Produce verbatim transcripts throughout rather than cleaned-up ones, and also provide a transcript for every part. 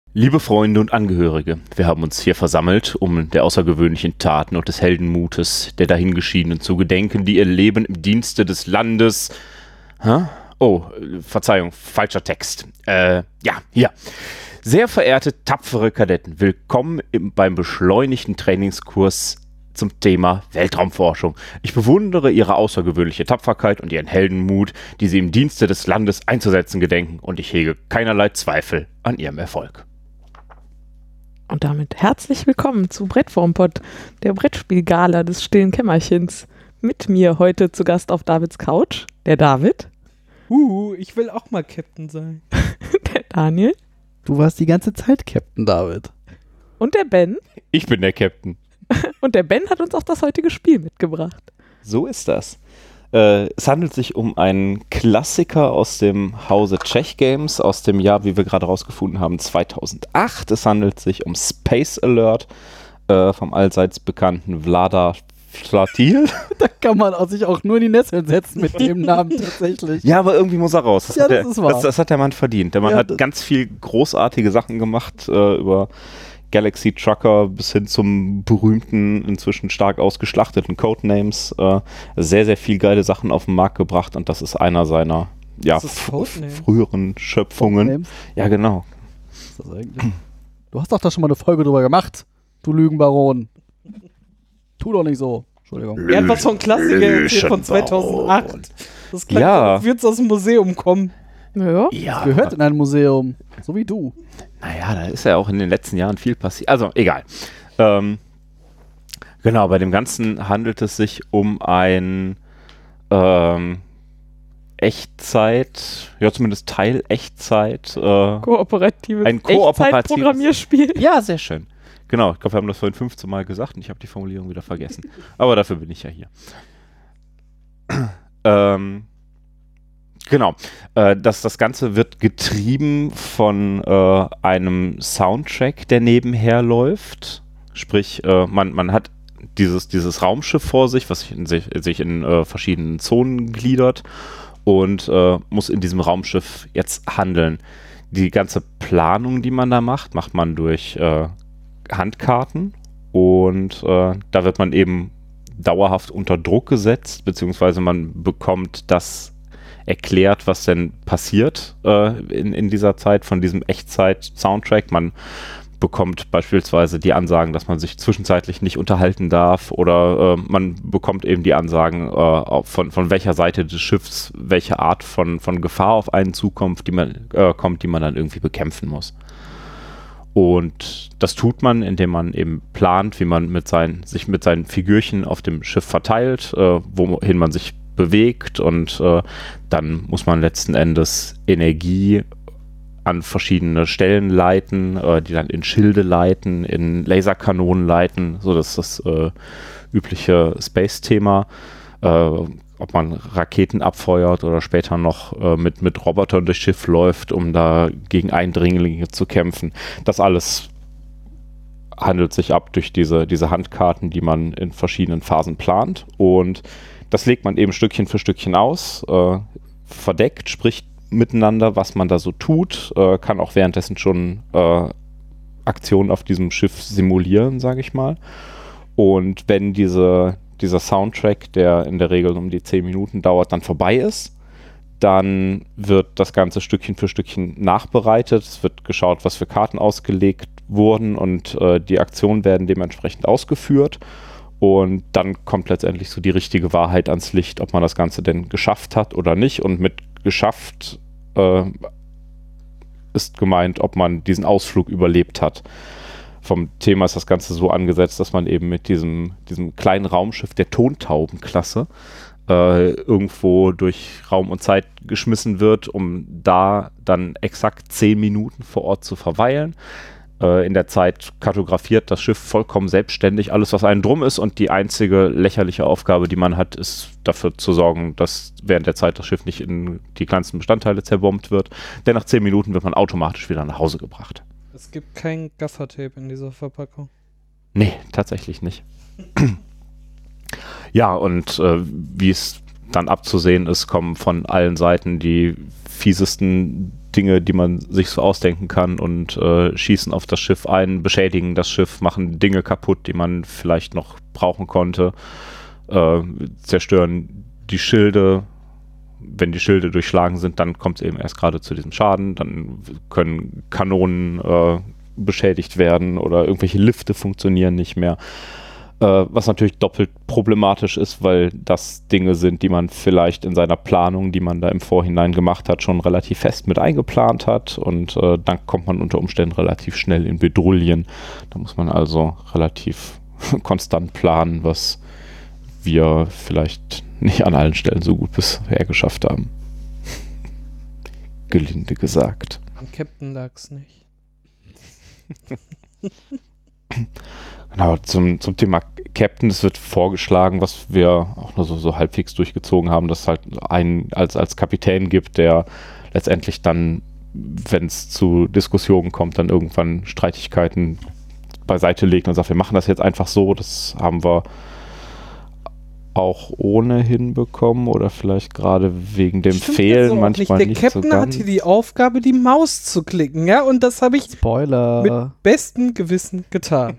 Liebe Freunde und Angehörige, wir haben uns hier versammelt, um der außergewöhnlichen Taten und des Heldenmutes der Dahingeschiedenen zu gedenken, die ihr Leben im Dienste des Landes... Hä? Oh, Verzeihung, falscher Text. Äh, ja, hier. Sehr verehrte, tapfere Kadetten, willkommen im, beim beschleunigten Trainingskurs zum Thema Weltraumforschung. Ich bewundere Ihre außergewöhnliche Tapferkeit und Ihren Heldenmut, die Sie im Dienste des Landes einzusetzen gedenken, und ich hege keinerlei Zweifel an Ihrem Erfolg. Und damit herzlich willkommen zu Brettformpod, der Brettspielgala des stillen Kämmerchens. Mit mir heute zu Gast auf Davids Couch, der David. Uh, ich will auch mal Captain sein. Der Daniel. Du warst die ganze Zeit Captain, David. Und der Ben. Ich bin der Captain. Und der Ben hat uns auch das heutige Spiel mitgebracht. So ist das. Äh, es handelt sich um einen Klassiker aus dem Hause Czech Games aus dem Jahr, wie wir gerade rausgefunden haben, zweitausendacht. Es handelt sich um Space Alert äh, vom allseits bekannten Vlada Vlatil. Da kann man auch sich auch nur in die Nesseln setzen mit dem Namen tatsächlich. Ja, aber irgendwie muss er raus. Das, ja, hat, das, der, ist wahr. Das, das hat der Mann verdient. Der Mann ja, hat ganz viel großartige Sachen gemacht, äh, über Galaxy Trucker bis hin zum berühmten, inzwischen stark ausgeschlachteten Codenames. Äh, sehr, sehr viel geile Sachen auf den Markt gebracht, und das ist einer seiner ja, f- früheren Schöpfungen. Codenames? Ja, genau. Was ist das eigentlich? Du hast doch da schon mal eine Folge drüber gemacht, du Lügenbaron. Tu doch nicht so. Entschuldigung. Er hat was von Klassiker erzählt von zweitausendacht. Das klang, ja. als würde es aus dem Museum kommen. Ja. ja. Das gehört in ein Museum. So wie du. Naja, da ist ja auch in den letzten Jahren viel passiert. Also, egal. Ähm, genau, bei dem Ganzen handelt es sich um ein ähm, Echtzeit, ja zumindest Teil Echtzeit. Äh, Kooperatives ein kooperatives Echtzeit-Programmierspiel. Ja, sehr schön. Genau, ich glaube, wir haben das vorhin fünfzehn Mal gesagt und ich habe die Formulierung wieder vergessen. Aber dafür bin ich ja hier. ähm, genau. Äh, das, das Ganze wird getrieben von äh, einem Soundtrack, der nebenher läuft. Sprich, äh, man, man hat dieses, dieses Raumschiff vor sich, was sich in, sich, sich in äh, verschiedenen Zonen gliedert, und äh, muss in diesem Raumschiff jetzt handeln. Die ganze Planung, die man da macht, macht man durch äh, Handkarten, und äh, da wird man eben dauerhaft unter Druck gesetzt, beziehungsweise man bekommt das erklärt, was denn passiert äh, in, in dieser Zeit von diesem Echtzeit-Soundtrack. Man bekommt beispielsweise die Ansagen, dass man sich zwischenzeitlich nicht unterhalten darf, oder äh, man bekommt eben die Ansagen, äh, von, von welcher Seite des Schiffs welche Art von, von Gefahr auf einen zukommt, die man, äh, kommt, die man dann irgendwie bekämpfen muss. Und das tut man, indem man eben plant, wie man mit seinen, sich mit seinen Figürchen auf dem Schiff verteilt, äh, wohin man sich bewegt, und äh, dann muss man letzten Endes Energie an verschiedene Stellen leiten, äh, die dann in Schilde leiten, in Laserkanonen leiten, so dass das äh, übliche Space-Thema, äh, ob man Raketen abfeuert oder später noch äh, mit, mit Robotern durchs Schiff läuft, um da gegen Eindringlinge zu kämpfen. Das alles handelt sich ab durch diese, diese Handkarten, die man in verschiedenen Phasen plant, und das legt man eben Stückchen für Stückchen aus, äh, verdeckt, spricht miteinander, was man da so tut, äh, kann auch währenddessen schon äh, Aktionen auf diesem Schiff simulieren, sage ich mal. Und wenn diese, dieser Soundtrack, der in der Regel um die zehn Minuten dauert, dann vorbei ist, dann wird das Ganze Stückchen für Stückchen nachbereitet. Es wird geschaut, was für Karten ausgelegt wurden, und äh, die Aktionen werden dementsprechend ausgeführt. Und dann kommt letztendlich so die richtige Wahrheit ans Licht, ob man das Ganze denn geschafft hat oder nicht. Und mit geschafft äh, ist gemeint, ob man diesen Ausflug überlebt hat. Vom Thema ist das Ganze so angesetzt, dass man eben mit diesem, diesem kleinen Raumschiff der Tontaubenklasse äh, irgendwo durch Raum und Zeit geschmissen wird, um da dann exakt zehn Minuten vor Ort zu verweilen. In der Zeit kartografiert das Schiff vollkommen selbstständig alles, was einen drum ist, und die einzige lächerliche Aufgabe, die man hat, ist dafür zu sorgen, dass während der Zeit das Schiff nicht in die kleinsten Bestandteile zerbombt wird, denn nach zehn Minuten wird man automatisch wieder nach Hause gebracht. Es gibt kein Gaffertape in dieser Verpackung. Nee, tatsächlich nicht. Ja, und äh, wie es dann abzusehen ist, kommen von allen Seiten die fiesesten Dinge, die man sich so ausdenken kann und äh, schießen auf das Schiff ein, beschädigen das Schiff, machen Dinge kaputt, die man vielleicht noch brauchen konnte, äh, zerstören die Schilde. Wenn die Schilde durchschlagen sind, dann kommt es eben erst gerade zu diesem Schaden. Dann können Kanonen äh, beschädigt werden oder irgendwelche Lifte funktionieren nicht mehr. Äh, was natürlich doppelt problematisch ist, weil das Dinge sind, die man vielleicht in seiner Planung, die man da im Vorhinein gemacht hat, schon relativ fest mit eingeplant hat. Und äh, dann kommt man unter Umständen relativ schnell in Bedrullien. Da muss man also relativ konstant planen, was wir vielleicht nicht an allen Stellen so gut bisher geschafft haben. Gelinde gesagt. Am Captain lag's nicht. Genau, zum, zum Thema Captain, es wird vorgeschlagen, was wir auch nur so, so halbwegs durchgezogen haben, dass es halt einen als, als Kapitän gibt, der letztendlich dann, wenn es zu Diskussionen kommt, dann irgendwann Streitigkeiten beiseite legt und sagt, wir machen das jetzt einfach so, das haben wir auch ohne hinbekommen oder vielleicht gerade wegen dem Stimmt Fehlen so manchmal nicht. Der nicht Captain so ganz. hatte die Aufgabe, die Maus zu klicken, ja, und das habe ich Spoiler. mit bestem Gewissen getan.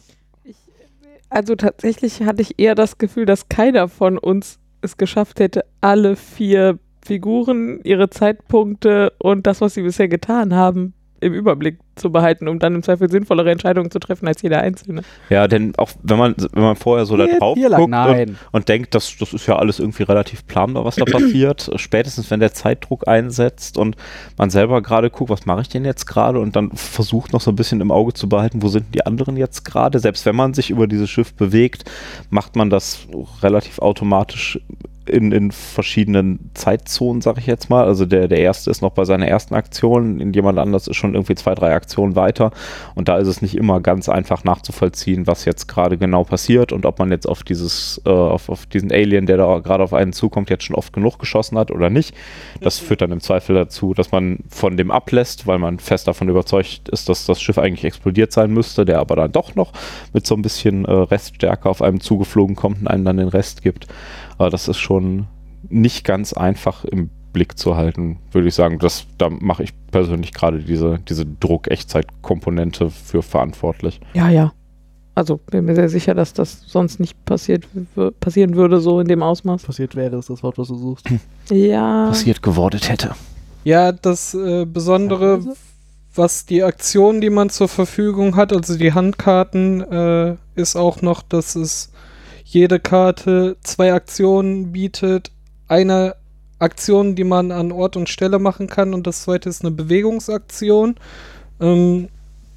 Also tatsächlich hatte ich eher das Gefühl, dass keiner von uns es geschafft hätte, alle vier Figuren, ihre Zeitpunkte und das, was sie bisher getan haben, im Überblick zu behalten, um dann im Zweifel sinnvollere Entscheidungen zu treffen als jeder Einzelne. Ja, denn auch wenn man, wenn man vorher so da Hier- drauf hier lang, guckt nein. und, und denkt, das, das ist ja alles irgendwie relativ planbar, was da passiert, spätestens wenn der Zeitdruck einsetzt und man selber gerade guckt, was mache ich denn jetzt gerade und dann versucht noch so ein bisschen im Auge zu behalten, wo sind die anderen jetzt gerade, selbst wenn man sich über dieses Schiff bewegt, macht man das relativ automatisch in, in verschiedenen Zeitzonen, sag ich jetzt mal. Also der, der erste ist noch bei seiner ersten Aktion, in jemand anders ist schon irgendwie zwei, drei Aktionen weiter und da ist es nicht immer ganz einfach nachzuvollziehen, was jetzt gerade genau passiert und ob man jetzt auf dieses, äh, auf, auf diesen Alien, der da gerade auf einen zukommt, jetzt schon oft genug geschossen hat oder nicht. Das führt dann im Zweifel dazu, dass man von dem ablässt, weil man fest davon überzeugt ist, dass das Schiff eigentlich explodiert sein müsste, der aber dann doch noch mit so ein bisschen äh, Reststärke auf einem zugeflogen kommt und einem dann den Rest gibt. Aber das ist schon nicht ganz einfach im Blick zu halten, würde ich sagen. Das, da mache ich persönlich gerade diese, diese Druck-Echtzeit-Komponente für verantwortlich. Ja, ja. Also bin mir sehr sicher, dass das sonst nicht passiert w- passieren würde, so in dem Ausmaß. Passiert wäre, ist das Wort, was du suchst. Ja. Passiert gewordet hätte. Ja, das äh, Besondere, was die Aktionen, die man zur Verfügung hat, also die Handkarten, äh, ist auch noch, dass es jede Karte zwei Aktionen bietet. Eine Aktion, die man an Ort und Stelle machen kann und das zweite ist eine Bewegungsaktion. Ähm,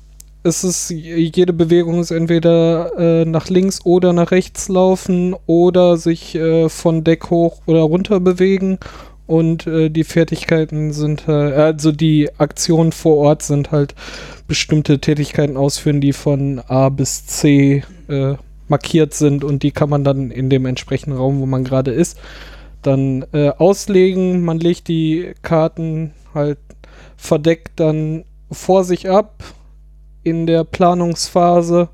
es ist, jede Bewegung ist entweder äh, nach links oder nach rechts laufen oder sich äh, von Deck hoch oder runter bewegen und äh, die Fertigkeiten sind, äh, also die Aktionen vor Ort sind halt bestimmte Tätigkeiten ausführen, die von A bis C äh, markiert sind und die kann man dann in dem entsprechenden Raum, wo man gerade ist, dann äh, auslegen. Man legt die Karten halt verdeckt dann vor sich ab in der Planungsphase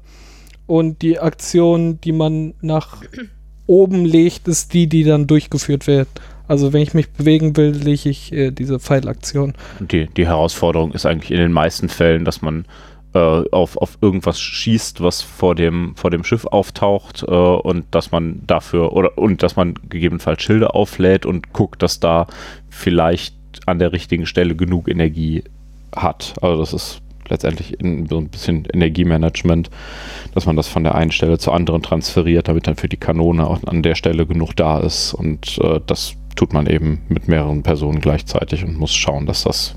und die Aktion, die man nach oben legt, ist die, die dann durchgeführt wird. Also wenn ich mich bewegen will, lege ich äh, diese Pfeilaktion. Die, die Herausforderung ist eigentlich in den meisten Fällen, dass man äh, auf, auf irgendwas schießt, was vor dem, vor dem Schiff auftaucht äh, und dass man dafür oder und dass man gegebenenfalls Schilde auflädt und guckt, dass da vielleicht an der richtigen Stelle genug Energie hat. Also das ist letztendlich in, so ein bisschen Energiemanagement, dass man das von der einen Stelle zur anderen transferiert, damit dann für die Kanone auch an der Stelle genug da ist und äh, das tut man eben mit mehreren Personen gleichzeitig und muss schauen, dass das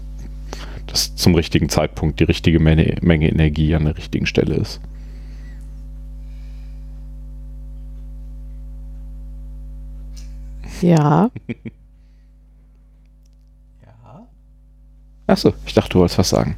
dass zum richtigen Zeitpunkt die richtige Menge, Menge Energie an der richtigen Stelle ist. Ja. Ja. Achso, ich dachte, du wolltest was sagen.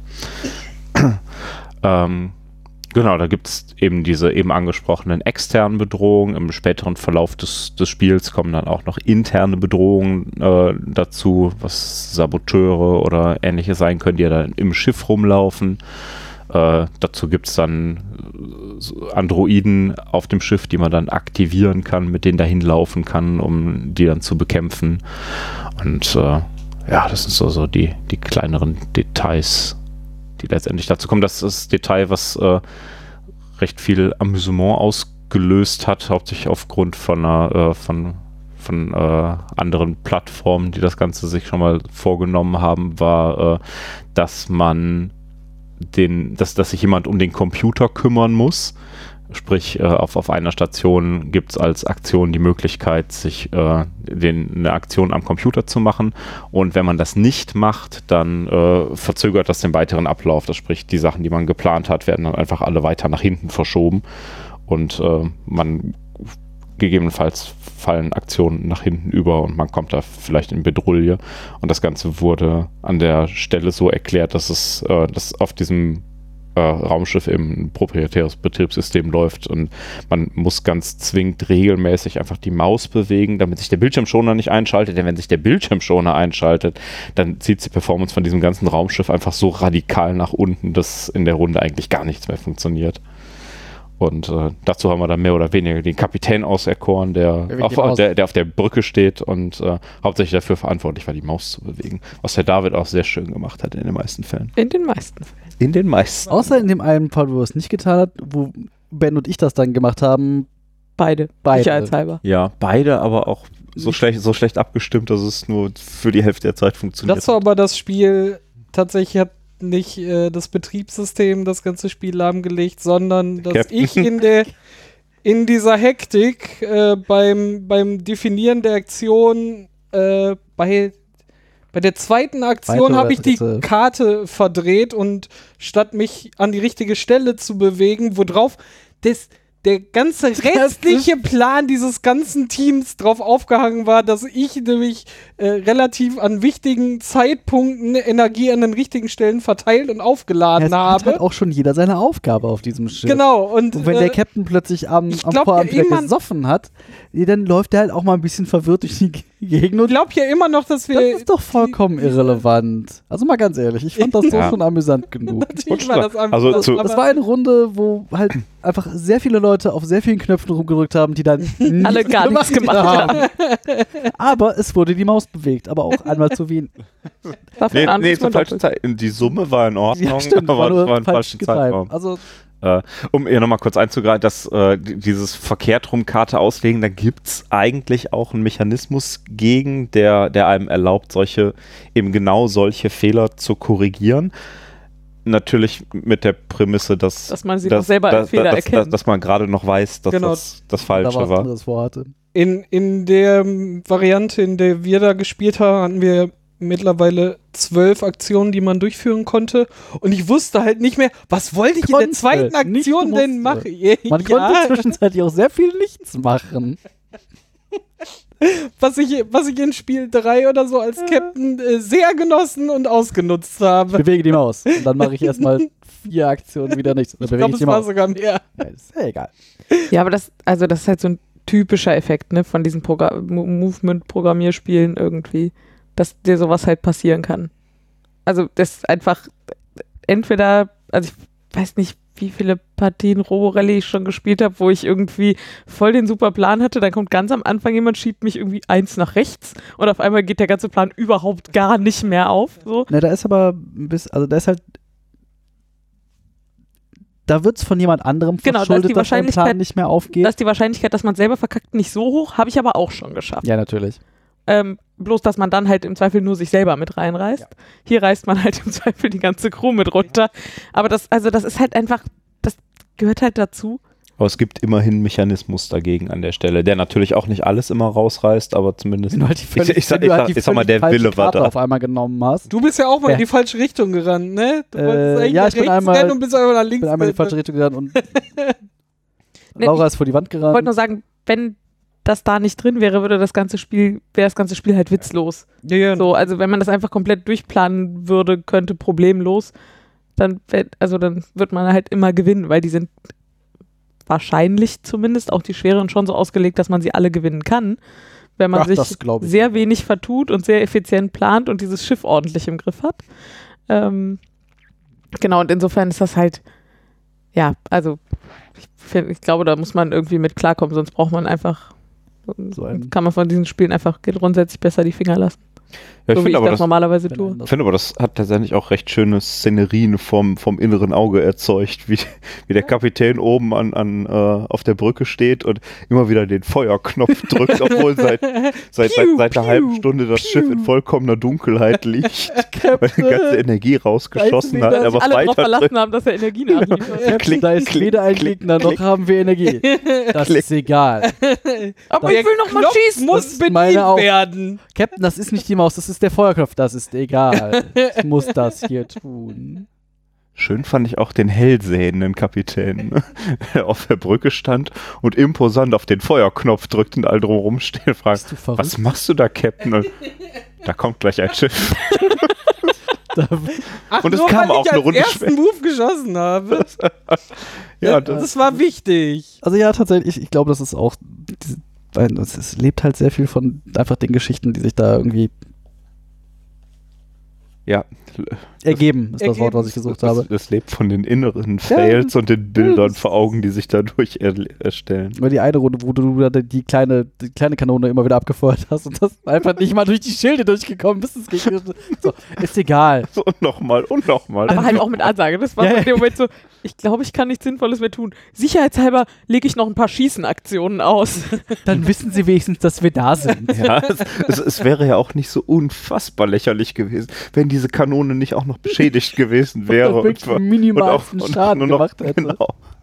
ähm, genau, da gibt es eben diese eben angesprochenen externen Bedrohungen. Im späteren Verlauf des, des Spiels kommen dann auch noch interne Bedrohungen äh, dazu, was Saboteure oder ähnliche sein können, die ja dann im Schiff rumlaufen. Äh, dazu gibt es dann Androiden auf dem Schiff, die man dann aktivieren kann, mit denen dahin laufen kann, um die dann zu bekämpfen. Und äh, ja, das sind so, so die, die kleineren Details, die letztendlich dazu kommen. Das ist das Detail, was äh, recht viel Amüsement ausgelöst hat, hauptsächlich aufgrund von einer, äh, von, von äh, anderen Plattformen, die das Ganze sich schon mal vorgenommen haben, war, äh, dass man den, dass, dass sich jemand um den Computer kümmern muss. Sprich, äh, auf, auf einer Station gibt es als Aktion die Möglichkeit, sich äh, den, eine Aktion am Computer zu machen. Und wenn man das nicht macht, dann äh, verzögert das den weiteren Ablauf. Das sprich, die Sachen, die man geplant hat, werden dann einfach alle weiter nach hinten verschoben. Und äh, man gegebenenfalls fallen Aktionen nach hinten über und man kommt da vielleicht in Bedrulle. Und das Ganze wurde an der Stelle so erklärt, dass es äh, dass auf diesem äh, Raumschiff eben ein proprietäres Betriebssystem läuft und man muss ganz zwingend regelmäßig einfach die Maus bewegen, damit sich der Bildschirmschoner nicht einschaltet. Denn wenn sich der Bildschirmschoner einschaltet, dann zieht die Performance von diesem ganzen Raumschiff einfach so radikal nach unten, dass in der Runde eigentlich gar nichts mehr funktioniert. Und äh, dazu haben wir dann mehr oder weniger den Kapitän auserkoren, der auf der, der auf der Brücke steht und äh, hauptsächlich dafür verantwortlich war, die Maus zu bewegen. Was der David auch sehr schön gemacht hat in den meisten Fällen. In den meisten Fällen. In den meisten. Außer in dem einen Fall, wo er es nicht getan hat, wo Ben und ich das dann gemacht haben. Beide. Beide. Sicherheitshalber. Ja, beide, aber auch so schlecht, so schlecht abgestimmt, dass es nur für die Hälfte der Zeit funktioniert. Das war aber das Spiel, tatsächlich hat nicht äh, das Betriebssystem das ganze Spiel lahmgelegt, sondern dass Captain. ich in der in dieser Hektik äh, beim, beim Definieren der Aktion äh, bei, bei der zweiten Aktion habe ich die dritte. Karte verdreht und statt mich an die richtige Stelle zu bewegen, worauf das der ganze restliche Plan dieses ganzen Teams drauf aufgehangen war, dass ich nämlich äh, relativ an wichtigen Zeitpunkten Energie an den richtigen Stellen verteilt und aufgeladen Ja, es hat habe. halt auch schon jeder seine Aufgabe auf diesem Schiff. Genau. Und, Und wenn äh, der Captain plötzlich am, ich am glaub Vorabend ja wieder immer- gesoffen hat, dann läuft der halt auch mal ein bisschen verwirrt durch die Gegend. ich Und glaube ja immer noch, dass wir... das ist doch vollkommen die- irrelevant. Also mal ganz ehrlich, ich fand das so Ja. schon amüsant genug. Natürlich war das am- Also das- zu- aber- Das war eine Runde, wo halt einfach sehr viele Leute auf sehr vielen Knöpfen rumgedrückt haben, die dann Alle nichts gar nichts gemacht haben. Aber es wurde die Maus bewegt, aber auch einmal zu wenig. Davon Nee, an nee ist zur man falschen doppelt. Zeit. Die Summe war in Ordnung, Ja, stimmt, aber war nur es war im falsch falschen geteilt. Zeitraum. Also Äh, um ihr nochmal kurz einzugreifen, dass äh, die- dieses verkehrt rum Karte auslegen, da gibt es eigentlich auch einen Mechanismus gegen, der, der einem erlaubt, solche, eben genau solche Fehler zu korrigieren. Natürlich mit der Prämisse, dass, Dass man sie doch selber als Fehler dass, erkennt. Dass, dass man gerade noch weiß, dass Genau. das das da Falsche war was war. anderes vorhatte. In, in der ähm, Variante, in der wir da gespielt haben, hatten wir mittlerweile zwölf Aktionen, die man durchführen konnte. Und ich wusste halt nicht mehr, was wollte ich in der Konnte, zweiten nicht Aktion musste. denn machen? Ja, Man konnte zwischenzeitlich auch sehr viel nichts machen. was ich, was ich in Spiel drei oder so als Captain äh, sehr genossen und ausgenutzt Ich habe. bewege die Maus. Und dann mache ich erstmal vier Aktionen wieder nichts. Dann Ich bewege glaube, ich es die war Maus. sogar mehr. Ja, ist ja egal. Ja, aber das, also das ist halt so ein typischer Effekt, ne, von diesen Progra- Mo- Movement-Programmierspielen irgendwie, dass dir sowas halt passieren kann. Also das ist einfach entweder, also ich weiß nicht, wie viele Partien Roborally ich schon gespielt habe, wo ich irgendwie voll den super Plan hatte, dann kommt ganz am Anfang jemand, schiebt mich irgendwie eins nach rechts und auf einmal geht der ganze Plan überhaupt gar nicht mehr auf. So. Ne, da ist aber ein bisschen, also da ist halt, da wird es von jemand anderem Genau, da ist verschuldet, die dass dein Plan Wahrscheinlichkeit- nicht mehr aufgeht. Da ist die Wahrscheinlichkeit, dass man selber verkackt, nicht so hoch, habe ich aber auch schon geschafft. Ja, natürlich. Ähm, bloß, dass man dann halt im Zweifel nur sich selber mit reinreißt. Ja. Hier reißt man halt im Zweifel die ganze Crew mit runter. Aber das, also das ist halt einfach, das gehört halt dazu. Aber es gibt immerhin einen Mechanismus dagegen an der Stelle, der natürlich auch nicht alles immer rausreißt, aber zumindest. Wenn du halt die völlig, ich, sag, wenn ich, du halt sag, die ich sag mal, völlig der falsche Wille war Karte da. auf einmal genommen hast. Du bist ja auch mal Ja. in die falsche Richtung gerannt, ne? Du Äh, wolltest eigentlich ja, nach ich bin rechts einmal- rennen und bist einfach nach Ich links bin einmal in die falsche gerannt. Richtung gerannt und Ne, Laura ist vor die Wand Ich wollte gerannt. nur sagen, wenn das da nicht drin wäre, würde das ganze Spiel, wäre das ganze Spiel halt witzlos. Ja, ja. So, also wenn man das einfach komplett durchplanen würde, könnte problemlos, dann, wär, also dann wird man halt immer gewinnen, weil die sind wahrscheinlich zumindest auch die schweren schon so ausgelegt, dass man sie alle gewinnen kann, wenn man Ach, sich das glaub ich. sehr wenig vertut und sehr effizient plant und dieses Schiff ordentlich im Griff hat. Ähm, genau, und insofern ist das halt, ja, also ich, find, ich glaube, da muss man irgendwie mit klarkommen, sonst braucht man einfach, So ein- kann man von diesen Spielen einfach grundsätzlich besser die Finger lassen. Ja, ich so wie finde ich aber, das das, normalerweise Wenn tue. anders- find aber, das hat tatsächlich auch recht schöne Szenerien vom, vom inneren Auge erzeugt, wie, wie der Kapitän oben an, an, äh, auf der Brücke steht und immer wieder den Feuerknopf drückt, obwohl seit, seit, seit, seit einer halben Stunde das Schiff in vollkommener Dunkelheit liegt, weil die ganze Energie rausgeschossen hat, Dass aber sich alle drauf weiter verlassen drückt. haben, dass er Energie nachliefert. Captain, Klick, da ist klick, weder ein klick, Gegner, noch klick. haben wir Energie. Das Klick. ist egal. Aber Der ich will noch mal Knopf schießen. muss Das bedient meine auch. werden. Captain, das ist nicht die Maus, das ist der Feuerknopf. Das ist egal. Ich muss das hier tun. Schön fand ich auch den hellsehenden Kapitän, ne? Der auf der Brücke stand und imposant auf den Feuerknopf drückt und all drumherum stehen und fragt, Bist du verrückt? was machst du da, Captain? Und da kommt gleich ein Schiff. Ach, Und es nur kam weil auch ich eine als Runde ersten später. Move geschossen habe. Ja, das, das, war wichtig. Also ja, tatsächlich, ich, ich glaube, das ist auch, diese, weil es, es lebt halt sehr viel von einfach den Geschichten, die sich da irgendwie ja, ergeben, ist das Wort, was ich Ergeben. gesucht habe. das, das lebt von den inneren Fails und den Bildern vor Augen, die sich dadurch er, erstellen. Über die eine Runde, wo du da die kleine, die kleine Kanone immer wieder abgefeuert hast und das einfach nicht mal durch die Schilde durchgekommen bist. Das ging, so, ist egal. So, und nochmal und nochmal. Aber halt auch mit Ansage. Das war Ja, so ja. in dem Moment so, ich glaube, ich kann nichts Sinnvolles mehr tun. Sicherheitshalber lege ich noch ein paar Schießenaktionen aus. Dann wissen sie wenigstens, dass wir da sind. Ja, es, es, es wäre ja auch nicht so unfassbar lächerlich gewesen, wenn diese Kanone nicht auch noch beschädigt gewesen wäre. Und wirklich den minimalsten Schaden nur noch, gemacht hätte. Genau.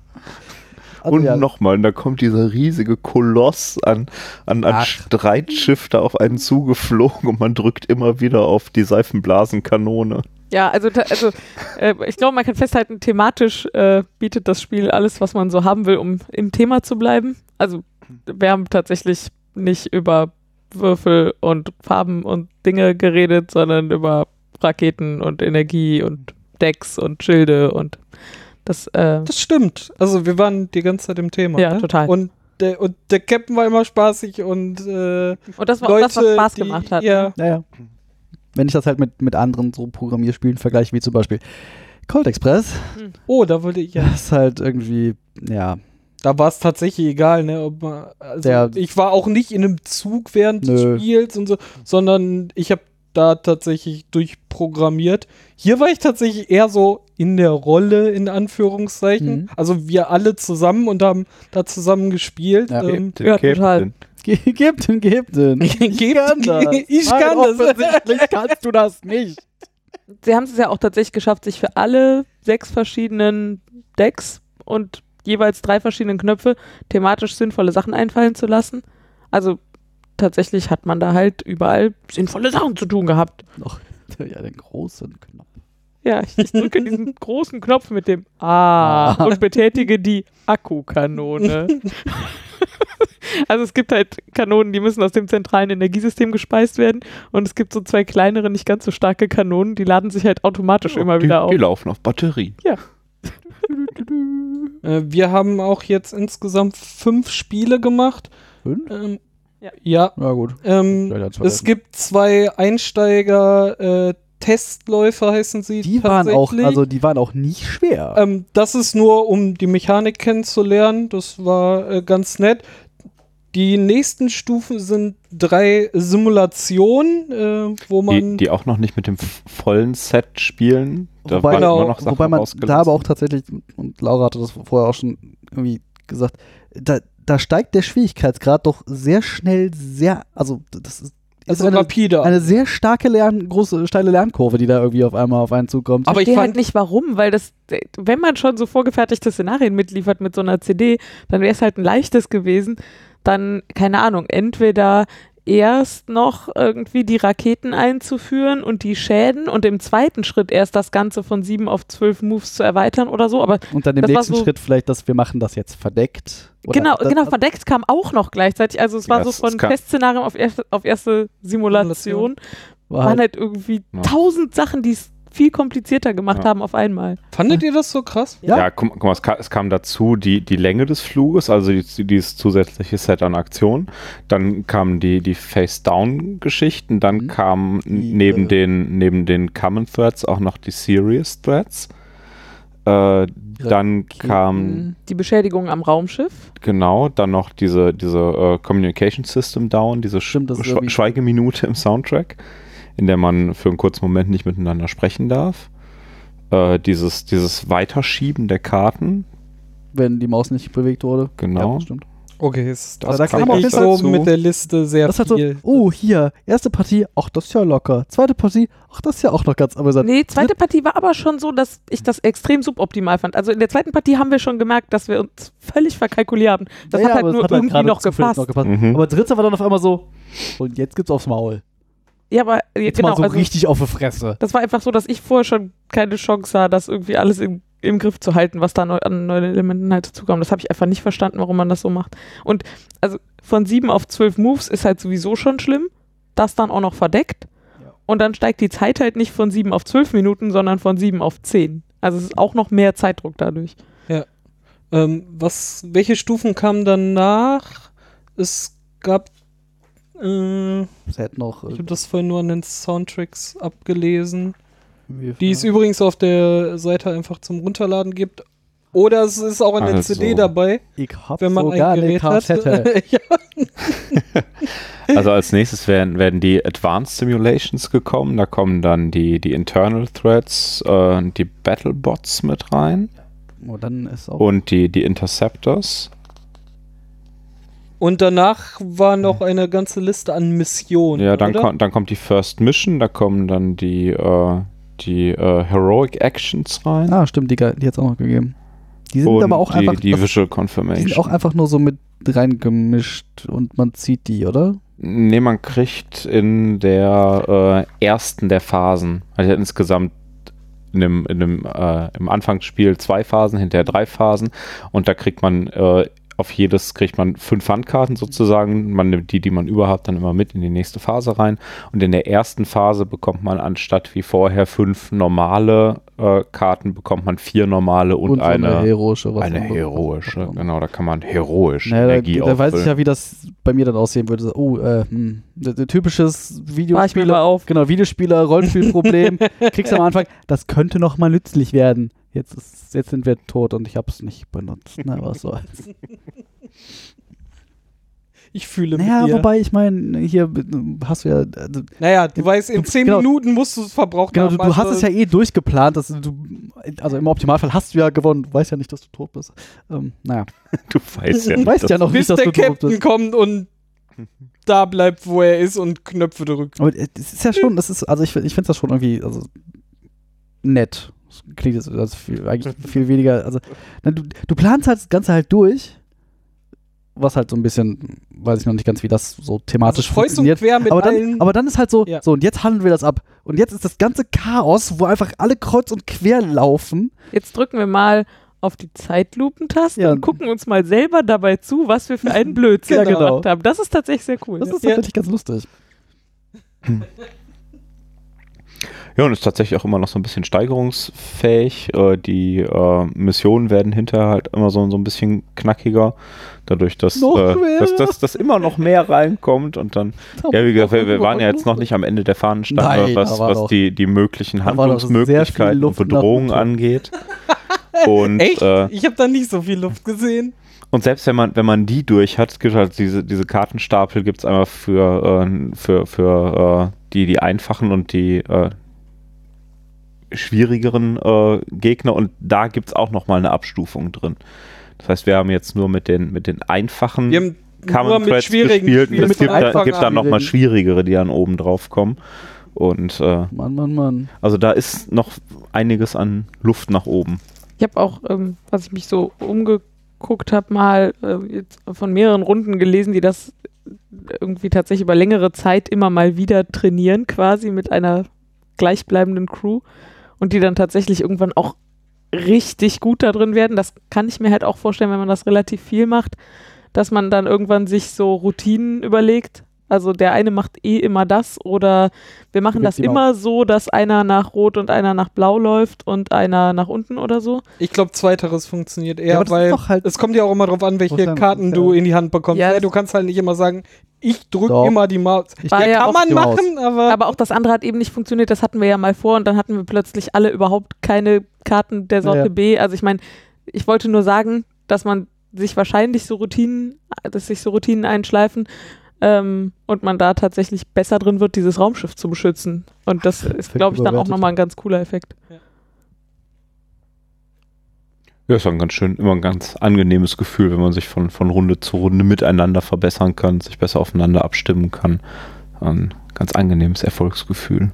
Also Und ja, nochmal, und da kommt dieser riesige Koloss an, an, an Ach. Streitschiff da auf einen zugeflogen und man drückt immer wieder auf die Seifenblasenkanone. Ja, also, ta- also äh, ich glaube, man kann festhalten, thematisch äh, bietet das Spiel alles, was man so haben will, um im Thema zu bleiben. Also wir haben tatsächlich nicht über Würfel und Farben und Dinge geredet, sondern über Raketen und Energie und Decks und Schilde und das, äh, Das stimmt. Also wir waren die ganze Zeit im Thema. Ja, ne? total. Und der, und der Captain war immer spaßig und äh, und das war Leute, auch das, was Spaß die, gemacht hat. Ja, Naja. Wenn ich das halt mit, mit anderen so Programmierspielen vergleiche, wie zum Beispiel Cold Express, oh, da wollte ich ja. das ist halt irgendwie, ja, Da war es tatsächlich egal, ne? Ob man, also Der- ich war auch nicht in einem Zug während des Nö. Spiels und so, sondern ich habe da tatsächlich durchprogrammiert. Hier war ich tatsächlich eher so in der Rolle, in Anführungszeichen. Mhm. Also wir alle zusammen und haben da zusammen gespielt. Ja. Ähm, Den Ja, Captain. total. Ge- Gib den, gib den. Gebt- Ich kann das. ich Nein, kann das. offensichtlich kannst du das nicht. Sie haben es ja auch tatsächlich geschafft, sich für alle sechs verschiedenen Decks und jeweils drei verschiedenen Knöpfe thematisch sinnvolle Sachen einfallen zu lassen. Also tatsächlich hat man da halt überall sinnvolle Sachen zu tun gehabt. Noch, ja, den großen Knopf. Ja, ich, ich drücke diesen großen Knopf mit dem A Ah. und betätige die Akkukanone. Also es gibt halt Kanonen, die müssen aus dem zentralen Energiesystem gespeist werden und es gibt so zwei kleinere, nicht ganz so starke Kanonen, die laden sich halt automatisch immer die, wieder auf. Die laufen auf Batterie. Äh, wir haben auch jetzt insgesamt fünf Spiele gemacht. Fünf? Ähm, Ja. ja. Na gut. Ähm, Ja, ja, zwei es Leute. gibt zwei Einsteiger, äh, Testläufer heißen sie. Die waren auch, tatsächlich. also die waren auch nicht schwer. Ähm, das ist nur, um die Mechanik kennenzulernen. Das war äh, ganz nett. Die nächsten Stufen sind drei Simulationen, äh, wo Die, man. die auch noch nicht mit dem f- vollen Set spielen. Da Wobei- waren Genau. immer noch Sachen Wobei man rausgelassen. da aber auch tatsächlich, und Laura hatte das vorher auch schon irgendwie gesagt, da, da steigt der Schwierigkeitsgrad doch sehr schnell sehr, also das ist, ist also eine, rapide. eine sehr starke Lern, große, steile Lernkurve, die da irgendwie auf einmal auf einen zukommt. Aber Ich ich verstehe fand- halt nicht warum, weil das, wenn man schon so vorgefertigte Szenarien mitliefert mit so einer C D, dann wäre es halt ein leichtes gewesen, dann, keine Ahnung, entweder erst noch irgendwie die Raketen einzuführen und die Schäden und im zweiten Schritt erst das Ganze von sieben auf zwölf Moves zu erweitern oder so, aber Und dann im das war nächsten so- Schritt vielleicht, dass wir machen das jetzt verdeckt. Oder genau, das, genau, verdeckt kam auch noch gleichzeitig, also es war Ja, so es- von es kam- Testszenarien auf erste, auf erste Simulation, war waren halt, halt irgendwie Ja. tausend Sachen, die es viel komplizierter gemacht Ja. haben auf einmal. Fandet ihr das so krass? Ja. Ja, guck, guck mal, es kam, es kam dazu die, die Länge des Fluges, also die, dieses zusätzliche Set an Aktionen. Dann kamen die, die Face-Down-Geschichten, dann Mhm. kamen Die, neben, äh, den, neben den Common Threads auch noch die Serious Threads. Äh, dann kam, Die Beschädigung am Raumschiff. genau, dann noch diese, diese äh, Communication System Down, diese Sch Stimmt, das ist Sch irgendwie- Schweigeminute im Soundtrack. in der man für einen kurzen Moment nicht miteinander sprechen darf. Äh, dieses, dieses Weiterschieben der Karten. Wenn die Maus nicht bewegt wurde. Genau. Ja, stimmt. Okay, ist das Also da kam klingt auf nicht jeden Fall so zu. mit der Liste sehr Das ist halt so, viel. oh, hier, erste Partie, ach, das ist ja locker. Zweite Partie, ach, das ist ja auch noch ganz amüsant. Nee, zweite Partie war aber schon so, dass ich das extrem suboptimal fand. Also in der zweiten Partie haben wir schon gemerkt, dass wir uns völlig verkalkuliert haben. Das Ja, hat halt aber es nur hat halt irgendwie gerade noch zufällig gepasst. noch gepasst. Mhm. Aber dritte war dann auf einmal so, und jetzt gibt's aufs Maul. Ja, aber ja, Jetzt genau, mal so also richtig auf die Fresse. das war einfach so, dass ich vorher schon keine Chance sah, das irgendwie alles im, im Griff zu halten, was da neu, an neuen Elementen halt dazukam. Das habe ich einfach nicht verstanden, warum man das so macht. Und also von sieben auf zwölf Moves ist halt sowieso schon schlimm. Das dann auch noch verdeckt. Ja. Und dann steigt die Zeit halt nicht von sieben auf zwölf Minuten, sondern von sieben auf zehn. Also es ist auch noch mehr Zeitdruck dadurch. Ähm, was, welche Stufen kamen danach? Es gab, äh, Es hätte noch. ich habe das vorhin nur an den Soundtracks abgelesen, Äh, die es übrigens auf der Seite einfach zum Runterladen gibt. Oder es ist auch in der Also. C D dabei, ich hab wenn man sogar ein eine Gerät hat. Kassette. Ja. Also als nächstes werden, werden die Advanced Simulations gekommen. Da kommen dann die, die Internal Threads, äh, die Battlebots mit rein Oh, dann ist auch. und die, die Interceptors. Und danach war noch eine ganze Liste an Missionen. Ja, dann, oder? kommt dann kommt die First Mission, da kommen dann die, äh, die äh, Heroic Actions rein. Ah, stimmt, die, die hat es auch noch gegeben. Die sind und aber auch die, einfach. die das, Visual die Confirmation. sind auch einfach nur so mit reingemischt und man zieht die, oder? Nee, man kriegt in der äh, ersten der Phasen, also insgesamt in dem, in dem äh, im Anfangsspiel zwei Phasen, hinterher drei Phasen und da kriegt man äh, auf jedes kriegt man fünf Handkarten sozusagen, man nimmt die, die man überhaupt dann immer mit in die nächste Phase rein und in der ersten Phase bekommt man anstatt wie vorher fünf normale äh, Karten, bekommt man vier normale und, Und so eine, heroische. Was eine man- heroische, genau, da kann man heroisch Naja, Energie da, da weiß ich auffüllen. ja, wie das bei mir dann aussehen würde. So, oh, äh, hm, d- d- typisches War ich mir Videospieler. mal auf. Genau, Videospieler, Rollenspielproblem. Kriegst du am Anfang, das könnte noch mal nützlich werden. Jetzt, ist, jetzt sind wir tot und ich hab's nicht benutzt. Na, was soll's. Ich fühle Naja, mit dir. wobei, ich meine, hier hast du ja. Also, Naja, du weißt, in zehn Genau. Minuten musst du es verbraucht genau, du, haben. du hast also- es ja eh durchgeplant. Dass du, also im Optimalfall hast du ja gewonnen. Du weißt ja nicht, dass du tot bist. Ähm, naja. Du weißt ja Du nicht, weißt dass- ja noch bis nicht, dass der du tot Captain bist. kommt und da bleibt, wo er ist und Knöpfe drückt. Aber es ist ja schon, das ist, also ich, ich finde das schon irgendwie, also nett. Das klingt jetzt also viel, eigentlich viel weniger, also na, du, du planst halt das Ganze halt durch, was halt so ein bisschen, weiß ich noch nicht ganz, wie das so thematisch Also kreuz und funktioniert. quer mit Aber dann, allen. aber dann ist halt so, Ja. so und jetzt handeln wir das ab. Und jetzt ist das ganze Chaos, wo einfach alle kreuz und quer laufen. Jetzt drücken wir mal auf die Zeitlupentaste Ja. und gucken uns mal selber dabei zu, was wir für einen Blödsinn Ja, genau. gemacht haben. Das ist tatsächlich sehr cool. Das ist Ja. tatsächlich ganz lustig. Ja, und ist tatsächlich auch immer noch so ein bisschen steigerungsfähig. Äh, die äh, Missionen werden hinterher halt immer so, so ein bisschen knackiger, dadurch, dass, Noch äh, mehr? dass, dass, dass immer noch mehr reinkommt und dann, ja, wie gesagt, wir, wir waren ja jetzt noch nicht am Ende der Fahnenstange, Nein, was, da war was doch- die, die möglichen da war doch sehr viel Handlungsmöglichkeiten und Luft nach Bedrohungen unten. angeht. Und, Echt? äh, Ich habe da nicht so viel Luft gesehen. und selbst wenn man, wenn man die durch hat, es gibt halt diese, diese Kartenstapel gibt es einmal für, äh, für, für äh, die, die einfachen und die äh, schwierigeren äh, Gegner und da gibt es auch nochmal eine Abstufung drin. Das heißt, wir haben jetzt nur mit den, mit den einfachen Wir haben nur Common mit Threads schwierigen gespielt und Spielen es von gibt, da, Anfang gibt dann an. nochmal schwierigere, die dann oben drauf kommen. Und äh, Mann, Mann, Mann. also da ist noch einiges an Luft nach oben. Ich habe auch, ähm, was ich mich so umgeguckt habe, mal äh, jetzt von mehreren Runden gelesen, die das irgendwie tatsächlich über längere Zeit immer mal wieder trainieren, quasi mit einer gleichbleibenden Crew und die dann tatsächlich irgendwann auch richtig gut da drin werden. Das kann ich mir halt auch vorstellen, wenn man das relativ viel macht, dass man dann irgendwann sich so Routinen überlegt. Also der eine macht eh immer das oder wir machen Gibt's das ihm immer so, dass einer nach Rot und einer nach Blau läuft und einer nach unten oder so. Ich glaube, zweiteres funktioniert Ja, eher, aber das ist weil doch halt- es kommt ja auch immer drauf an, welche Muss ja- Karten muss du ja- in die Hand bekommst. Ja, Ja, das- du kannst halt nicht immer sagen, ich drücke Doch. immer die Maus. Ich War ja, ja kann auch man die Maus. machen, aber, Aber auch das andere hat eben nicht funktioniert, das hatten wir ja mal vor und dann hatten wir plötzlich alle überhaupt keine Karten der Sorte Ja, ja. B. Also ich meine, ich wollte nur sagen, dass man sich wahrscheinlich so Routinen, dass sich so Routinen einschleifen, Ähm, und man da tatsächlich besser drin wird, dieses Raumschiff zu beschützen. Und das ist, glaube ich, dann auch nochmal ein ganz cooler Effekt. Ja. Ja, ist ein ganz schön, immer ein ganz angenehmes Gefühl, wenn man sich von, von Runde zu Runde miteinander verbessern kann, sich besser aufeinander abstimmen kann. Ein ganz angenehmes Erfolgsgefühl.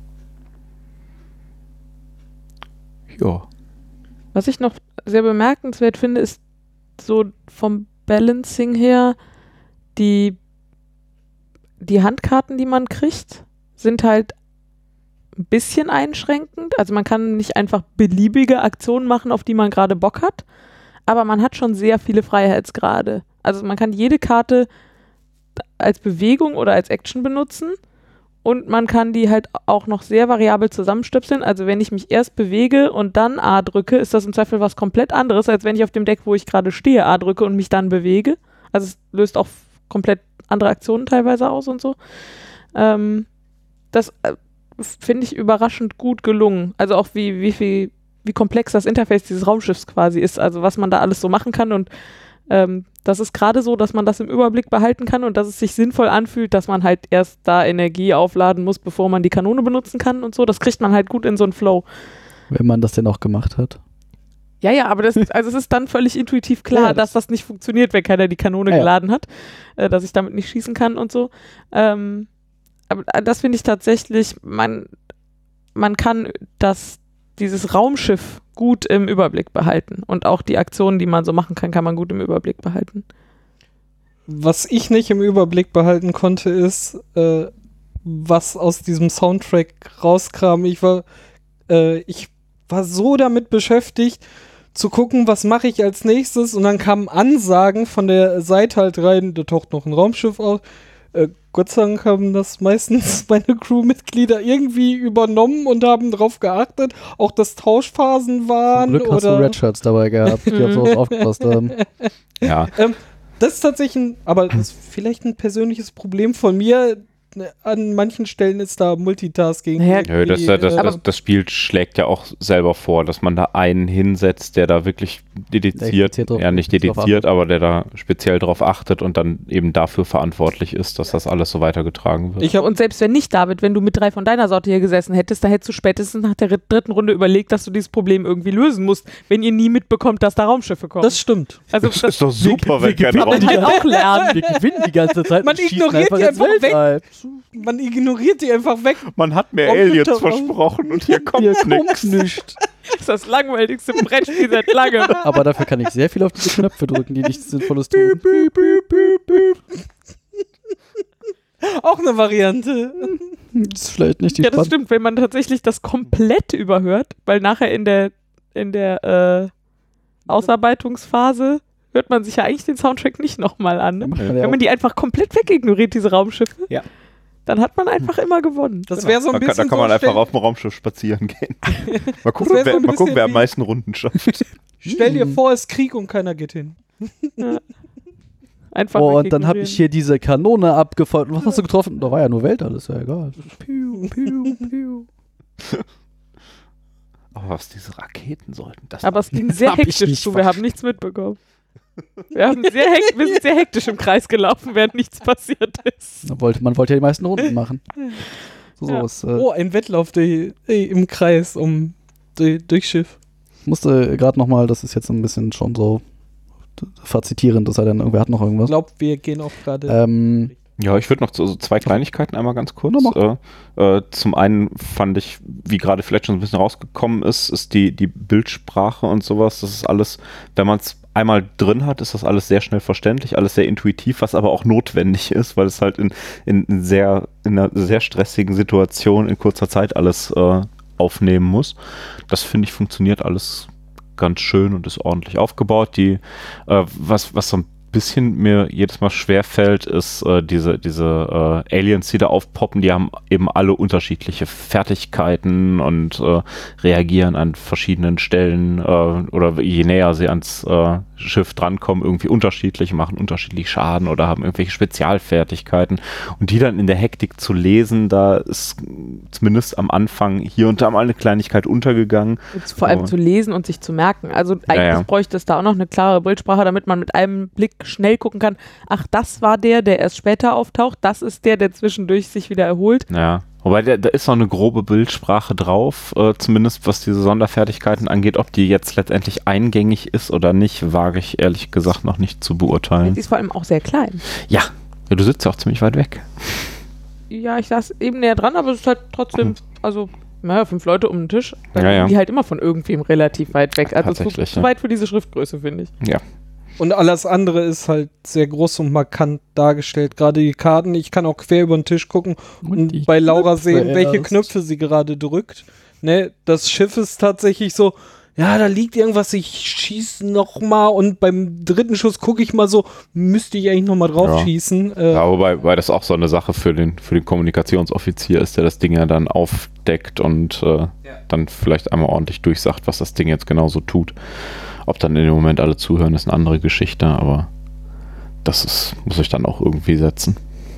Ja. Was ich noch sehr bemerkenswert finde, ist so vom Balancing her, die, die Handkarten, die man kriegt, sind halt ein bisschen einschränkend. Also man kann nicht einfach beliebige Aktionen machen, auf die man gerade Bock hat, aber man hat schon sehr viele Freiheitsgrade. Also man kann jede Karte als Bewegung oder als Action benutzen und man kann die halt auch noch sehr variabel zusammenstöpseln. Also wenn ich mich erst bewege und dann A drücke, ist das im Zweifel was komplett anderes, als wenn ich auf dem Deck, wo ich gerade stehe, A drücke und mich dann bewege. Also es löst auch komplett andere Aktionen teilweise aus und so. Ähm, das äh, finde ich überraschend gut gelungen. Also auch wie, wie viel, wie komplex das Interface dieses Raumschiffs quasi ist. Also was man da alles so machen kann und ähm, das ist gerade so, dass man das im Überblick behalten kann und dass es sich sinnvoll anfühlt, dass man halt erst da Energie aufladen muss, bevor man die Kanone benutzen kann und so. Das kriegt man halt gut in so einen Flow. Wenn man das denn auch gemacht hat. Ja, ja, aber das, also es ist dann völlig intuitiv klar, Ja, das dass das nicht funktioniert, wenn keiner die Kanone Ja, ja. geladen hat, äh, dass ich damit nicht schießen kann und so. Ähm, aber das finde ich tatsächlich, man, man kann das, dieses Raumschiff gut im Überblick behalten und auch die Aktionen, die man so machen kann, kann man gut im Überblick behalten. Was ich nicht im Überblick behalten konnte, ist, äh, was aus diesem Soundtrack rauskam. Ich war, äh, ich war so damit beschäftigt, zu gucken, was mache ich als nächstes, und dann kamen Ansagen von der Seite halt rein, da taucht noch ein Raumschiff auf. Äh, Gott sei Dank haben das meistens meine Crewmitglieder irgendwie übernommen und haben drauf geachtet, auch dass Tauschphasen waren. Zum Glück hast oder du Redshirts dabei gehabt, die auf sowas aufgepasst haben. Ja. Ähm, das ist tatsächlich ein, aber das ist vielleicht ein persönliches Problem von mir. An manchen Stellen ist da Multitasking. Naja, Nö, das, das, das, äh, das, das Spiel schlägt ja auch selber vor, dass man da einen hinsetzt, der da wirklich dediziert, dediziert drauf- ja nicht drauf dediziert, aber der da speziell drauf achtet und dann eben dafür verantwortlich ist, dass das alles so weitergetragen wird. ich hab, Und selbst wenn nicht, David, wenn du mit drei von deiner Sorte hier gesessen hättest, da hättest du spätestens nach der dritten Runde überlegt, dass du dieses Problem irgendwie lösen musst, wenn ihr nie mitbekommt, dass da Raumschiffe kommen. das stimmt. also das ist doch super, wenn wir kein gewinnen Raum... halt auch lernen. Wir gewinnen die ganze Zeit. Man und schießen ignoriert die ins einfach weg. Weltall. Man ignoriert die einfach weg. Man hat mir Computer Aliens raus. versprochen und hier kommt Hier nichts. kommt nichts. Das ist das langweiligste Brettspiel seit langem. Aber dafür kann ich sehr viel auf diese Knöpfe drücken, die nichts Sinnvolles tun. Auch eine Variante. Das ist vielleicht nicht die Ja, das spannendste. stimmt, wenn man tatsächlich das komplett überhört, weil nachher in der, in der äh, Ausarbeitungsphase hört man sich ja eigentlich den Soundtrack nicht nochmal an. Ne? Wenn man die einfach komplett wegignoriert, diese Raumschiffe, Ja. dann hat man einfach immer gewonnen. Das wäre so ein Da kann, bisschen da kann man so, einfach stell, auf dem Raumschiff spazieren gehen. Mal gucken, wär so wer, ein mal gucken bisschen wer am wie- meisten Runden schafft. stell dir vor, es ist Krieg und keiner geht hin. Einfach Oh, und dann habe wegignorieren. ich hier diese Kanone abgefeuert. Und was hast du getroffen? Da war ja nur Weltall, ist ja egal. Piu, piu, piu. Aber was diese Raketen sollten, das Aber es ging sehr Hab ich hektisch nicht zu, wir haben nichts mitbekommen. Wir, haben sehr hek wir sind sehr hektisch im Kreis gelaufen, während nichts passiert ist. Man wollte, man wollte ja die meisten Runden machen. So, so Ja. ist, äh, Oh, ein Wettlauf durch, ey, im Kreis um durch, durchs Schiff. Ich musste gerade nochmal, das ist jetzt ein bisschen schon so fazitierend, dass er dann irgendwer hat noch Ich irgendwas. glaube, wir gehen auch gerade. Ähm, Ja, ich würde noch so, so zwei Kleinigkeiten einmal ganz kurz. Na, mach. Äh, äh, zum einen fand ich, wie gerade vielleicht schon ein bisschen rausgekommen ist, ist die, die Bildsprache und sowas. Das ist alles, wenn man es einmal drin hat, ist das alles sehr schnell verständlich, alles sehr intuitiv, was aber auch notwendig ist, weil es halt in, in, in, sehr, in einer sehr stressigen Situation in kurzer Zeit alles äh, aufnehmen muss. Das finde ich funktioniert alles ganz schön und ist ordentlich aufgebaut. Die, äh, was, was so ein bisschen mir jedes Mal schwerfällt, ist äh, diese, diese äh, Aliens, die da aufpoppen, die haben eben alle unterschiedliche Fertigkeiten und äh, reagieren an verschiedenen Stellen äh, oder je näher sie ans äh, Schiff drankommen, irgendwie unterschiedlich, machen unterschiedlich Schaden oder haben irgendwelche Spezialfertigkeiten und die dann in der Hektik zu lesen, da ist zumindest am Anfang hier und da mal eine Kleinigkeit untergegangen. Und vor allem Oh. zu lesen und sich zu merken. Also eigentlich Ja, ja. bräuchte es da auch noch eine klare Bildsprache, damit man mit einem Blick schnell gucken kann, ach, das war der, der erst später auftaucht, das ist der, der zwischendurch sich wieder erholt. Ja, wobei da, da ist noch eine grobe Bildsprache drauf, äh, zumindest was diese Sonderfertigkeiten angeht. Ob die jetzt letztendlich eingängig ist oder nicht, wage ich ehrlich gesagt noch nicht zu beurteilen. Die ist vor allem auch sehr klein. Ja, ja du sitzt ja auch ziemlich weit weg. Ja, ich saß eben näher dran, aber es ist halt trotzdem, also, naja, fünf Leute um den Tisch, dann Ja, ja. sind die halt immer von irgendwem relativ weit weg. Also zu, Tatsächlich, zu ja. weit für diese Schriftgröße, finde ich. Ja. Und alles andere ist halt sehr groß und markant dargestellt. Gerade die Karten, ich kann auch quer über den Tisch gucken und, Und die bei Laura Knöpfe sehen, welche erst. Knöpfe sie gerade drückt. Ne, das Schiff ist tatsächlich so, ja, da liegt irgendwas, ich schieße noch mal und beim dritten Schuss gucke ich mal so, müsste ich eigentlich noch mal drauf Ja. schießen. Äh, Ja, wobei weil das auch so eine Sache für den, für den Kommunikationsoffizier ist, der das Ding ja dann aufdeckt und äh, dann vielleicht einmal ordentlich durchsagt, was das Ding jetzt genau so tut. Ob dann in dem Moment alle zuhören, ist eine andere Geschichte, aber das ist, muss ich dann auch irgendwie setzen.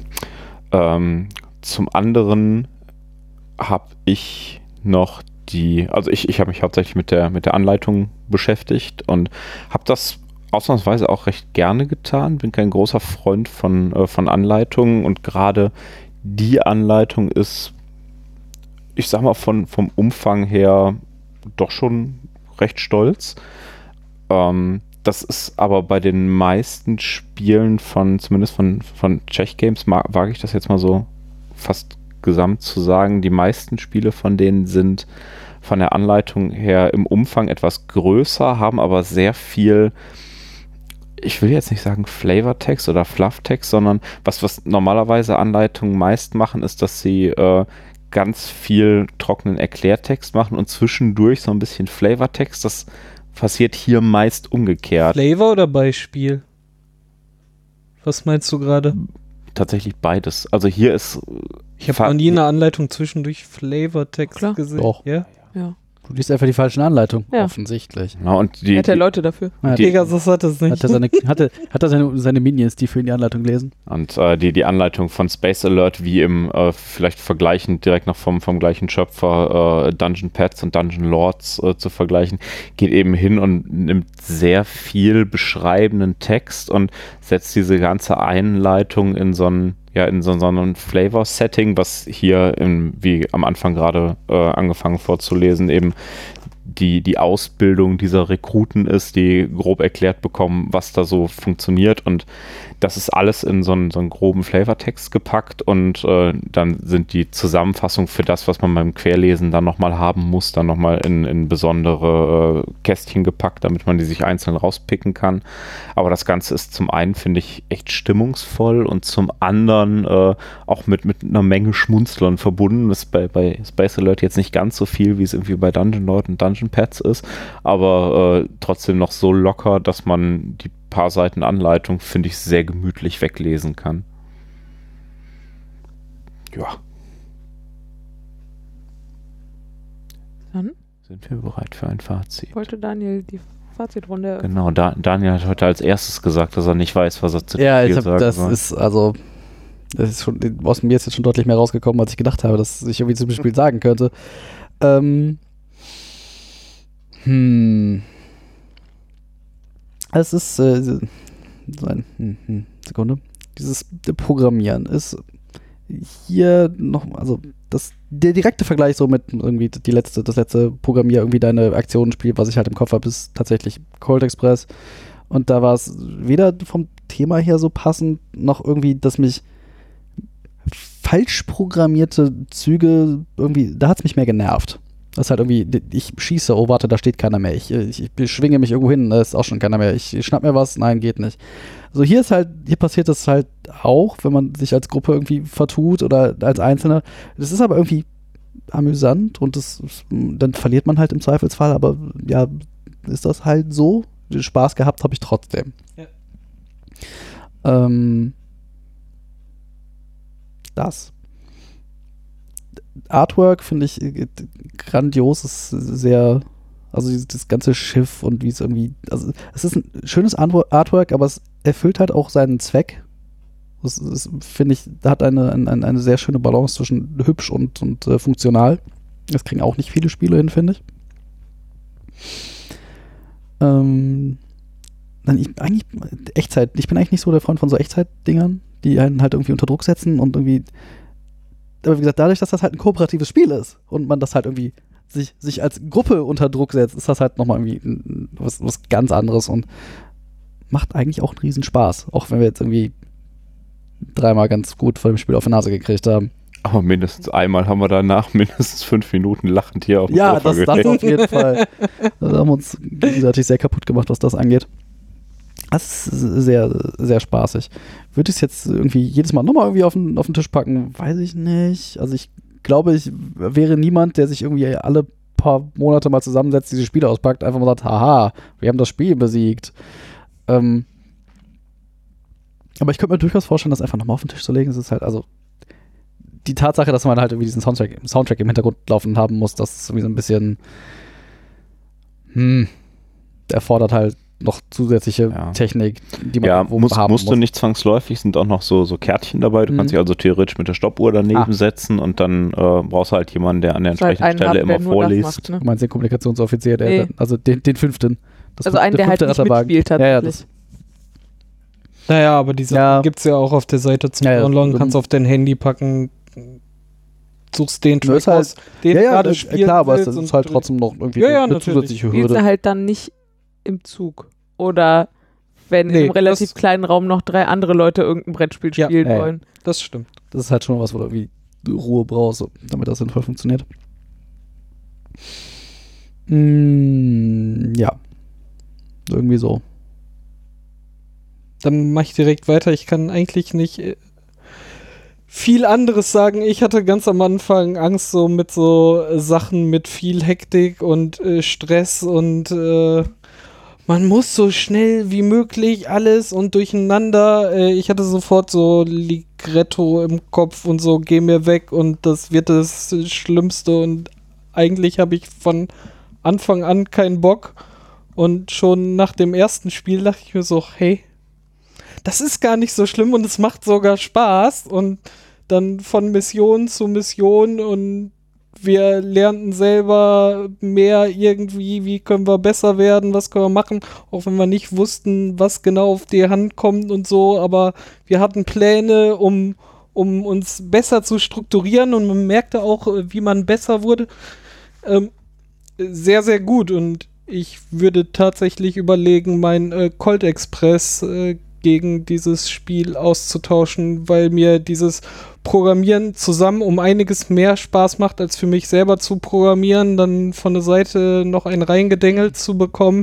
Ähm, zum anderen habe ich noch die, also ich, ich habe mich hauptsächlich mit der, mit der Anleitung beschäftigt und habe das ausnahmsweise auch recht gerne getan. Bin kein großer Freund von, äh, von Anleitungen und gerade die Anleitung ist, ich sag mal, von, vom Umfang her doch schon recht stolz. Ähm, das ist aber bei den meisten Spielen von, zumindest von, von Czech Games, ma- wage ich das jetzt mal so fast gesamt zu sagen, die meisten Spiele von denen sind von der Anleitung her im Umfang etwas größer, haben aber sehr viel, ich will jetzt nicht sagen Flavortext oder Flufftext, sondern was, was normalerweise Anleitungen meist machen, ist, dass sie äh, ganz viel trockenen Erklärtext machen und zwischendurch so ein bisschen Flavortext. Das passiert hier meist umgekehrt. Flavor oder Beispiel? Was meinst du gerade? Tatsächlich beides. Also hier ist Ich habe Fa- noch nie eine Anleitung zwischendurch Flavortext Klar. gesehen. Doch. Ja? Ja. Du liest einfach die falschen Anleitungen, Ja. offensichtlich. ja, und die, Er hat ja die, Leute dafür. Ja, Die- Pegasus hat es nicht. hat er seine, hat er, hat er seine, seine Minions, die für ihn die Anleitung lesen? und äh, die, die Anleitung von Space Alert, wie im äh, vielleicht vergleichend direkt noch vom, vom gleichen Schöpfer äh, Dungeon Pets und Dungeon Lords äh, zu vergleichen, geht eben hin und nimmt sehr viel beschreibenden Text und setzt diese ganze Einleitung in so ein ja, in so, so einem Flavor-Setting, was hier, in, wie am Anfang gerade äh, angefangen vorzulesen, eben die, die Ausbildung dieser Rekruten ist, die grob erklärt bekommen, was da so funktioniert, und das ist alles in so einen, so einen groben Flavortext gepackt, und äh, dann sind die Zusammenfassungen für das, was man beim Querlesen dann nochmal haben muss, dann nochmal in, in besondere äh, Kästchen gepackt, damit man die sich einzeln rauspicken kann. Aber das Ganze ist zum einen, finde ich, echt stimmungsvoll und zum anderen äh, auch mit, mit einer Menge Schmunzlern verbunden. Das ist bei, bei Space Alert jetzt nicht ganz so viel, wie es irgendwie bei Dungeon Lord und Dungeon Pets ist, aber äh, trotzdem noch so locker, dass man die paar Seiten Anleitung, finde ich, sehr gemütlich weglesen kann. Ja. Dann Sind wir bereit für ein Fazit? wollte Daniel die Fazitrunde eröffnen. Genau, da, Daniel hat heute als erstes gesagt, dass er nicht weiß, was er zu dem Ja, Spiel ich hab, sagen das soll. ist also, das ist schon, aus mir ist jetzt schon deutlich mehr rausgekommen, als ich gedacht habe, dass ich irgendwie zu dem Spiel sagen könnte. Ähm, hm. Es ist, äh, so ein, hm, hm, Sekunde. Dieses Programmieren ist hier noch, also das, der direkte Vergleich so mit irgendwie die letzte, das letzte Programmier irgendwie deine Aktionen-Spiel, was ich halt im Kopf habe, ist tatsächlich Cold Express. Und da war es weder vom Thema her so passend, noch irgendwie, dass mich falsch programmierte Züge irgendwie, da hat es mich mehr genervt. Das ist halt irgendwie, ich schieße, oh warte, da steht keiner mehr. Ich, ich, ich schwinge mich irgendwo hin, da ist auch schon keiner mehr. Ich, ich schnapp mir was, nein, geht nicht. Also hier ist halt, hier passiert das halt auch, wenn man sich als Gruppe irgendwie vertut oder als Einzelner. Das ist aber irgendwie amüsant und das, dann verliert man halt im Zweifelsfall, aber ja, ist das halt so. Spaß gehabt habe ich trotzdem. Ja. Ähm, das. Artwork finde ich äh, grandios, ist sehr, also dieses, das ganze Schiff und wie es irgendwie, also es ist ein schönes Artwork, aber es erfüllt halt auch seinen Zweck. Das ist, finde ich, da hat eine, eine, eine sehr schöne Balance zwischen hübsch und, und äh, funktional. Das kriegen auch nicht viele Spiele hin, finde ich. Ähm, dann ich, eigentlich Echtzeit, ich bin eigentlich nicht so der Freund von so Echtzeit-Dingern, die einen halt irgendwie unter Druck setzen und irgendwie, aber wie gesagt, dadurch, dass das halt ein kooperatives Spiel ist und man das halt irgendwie sich, sich als Gruppe unter Druck setzt, ist das halt nochmal irgendwie was, was ganz anderes und macht eigentlich auch einen riesen Spaß, auch wenn wir jetzt irgendwie dreimal ganz gut vor dem Spiel auf die Nase gekriegt haben. Aber mindestens einmal haben wir danach mindestens fünf Minuten lachend hier auf dem Ja, Sofa das, das auf jeden Fall. Da haben wir uns gegenseitig sehr kaputt gemacht, was das angeht. Das ist sehr, sehr spaßig. Würde ich es jetzt irgendwie jedes Mal nochmal irgendwie auf den, auf den Tisch packen? Weiß ich nicht. Also ich glaube, ich wäre niemand, der sich irgendwie alle paar Monate mal zusammensetzt, diese Spiele auspackt, einfach mal sagt, haha, wir haben das Spiel besiegt. Ähm, aber ich könnte mir durchaus vorstellen, das einfach nochmal auf den Tisch zu legen. Es ist halt, also die Tatsache, dass man halt irgendwie diesen Soundtrack, Soundtrack im Hintergrund laufen haben muss, das ist irgendwie so ein bisschen hm, der erfordert halt noch zusätzliche ja. Technik, die man ja, irgendwo muss, haben musst muss. du nicht zwangsläufig, sind auch noch so, so Kärtchen dabei. Du Mhm. kannst dich also theoretisch mit der Stoppuhr daneben Ah. setzen und dann äh, brauchst du halt jemanden, der an der Muss halt entsprechenden einen Stelle haben, der immer nur das vorliest. macht, ne? Du meinst den Kommunikationsoffizier, der, Nee. also den, den fünften. Das Also fünfte- einen, der halt fünfte nicht Ratterwagen. mitspielt Ja, ja, tatsächlich. das, Naja, aber diese Ja. gibt es ja auch auf der Seite zum Ja, ja, Downloaden, so- kannst auf dein Handy packen, suchst den Nö, Track ist halt- aus, den ja, du ja, gerade äh, spielen klar, aber es willst ist und halt du- trotzdem noch irgendwie Ja, ja, eine natürlich. zusätzliche Spielst Hürde. du halt dann nicht im Zug. Oder wenn Nee, in einem relativ das- kleinen Raum noch drei andere Leute irgendein Brettspiel Ja. spielen Ja, ja. wollen. Das stimmt. Das ist halt schon was, wo du irgendwie Ruhe brauchst, so, damit das sinnvoll funktioniert. Mm, ja. Irgendwie so. Dann mache ich direkt weiter. Ich kann eigentlich nicht äh, viel anderes sagen. Ich hatte ganz am Anfang Angst so mit so äh, Sachen mit viel Hektik und äh, Stress und äh, man muss so schnell wie möglich alles und durcheinander. Äh, ich hatte sofort so Ligretto im Kopf und so, geh mir weg und das wird das Schlimmste und eigentlich habe ich von Anfang an keinen Bock und schon nach dem ersten Spiel dachte ich mir so, hey, das ist gar nicht so schlimm und es macht sogar Spaß und dann von Mission zu Mission und wir lernten selber mehr irgendwie, wie können wir besser werden, was können wir machen, auch wenn wir nicht wussten, was genau auf die Hand kommt und so, aber wir hatten Pläne, um, um uns besser zu strukturieren und man merkte auch, wie man besser wurde. Ähm, sehr, sehr gut und ich würde tatsächlich überlegen, mein äh, Colt Express äh, gegen dieses Spiel auszutauschen, weil mir dieses Programmieren zusammen um einiges mehr Spaß macht, als für mich selber zu programmieren, dann von der Seite noch einen reingedengelt zu bekommen.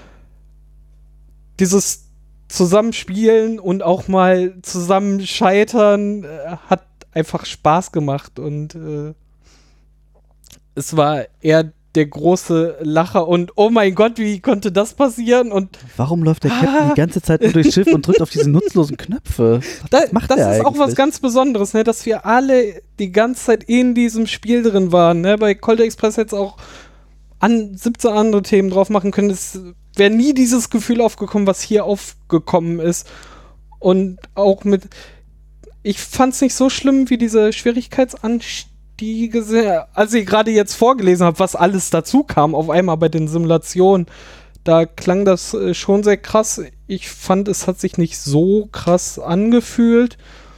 Dieses Zusammenspielen und auch mal zusammen scheitern äh, hat einfach Spaß gemacht und äh, es war eher der große Lacher und oh mein Gott, wie konnte das passieren? Und Warum läuft der Captain die ganze Zeit nur durchs Schiff und drückt auf diese nutzlosen Knöpfe? da, macht das der ist auch was eigentlich? ganz Besonderes, ne? Dass wir alle die ganze Zeit in diesem Spiel drin waren. Ne? Bei Colt Express jetzt auch an siebzehn andere Themen drauf machen können. Es wäre nie dieses Gefühl aufgekommen, was hier aufgekommen ist. Und auch mit, ich fand es nicht so schlimm wie diese Schwierigkeitsanstiege, als ich gerade jetzt vorgelesen habe, was alles dazu kam, auf einmal bei den Simulationen. Da klang das äh, schon sehr krass. Ich fand, es hat sich nicht so krass angefühlt.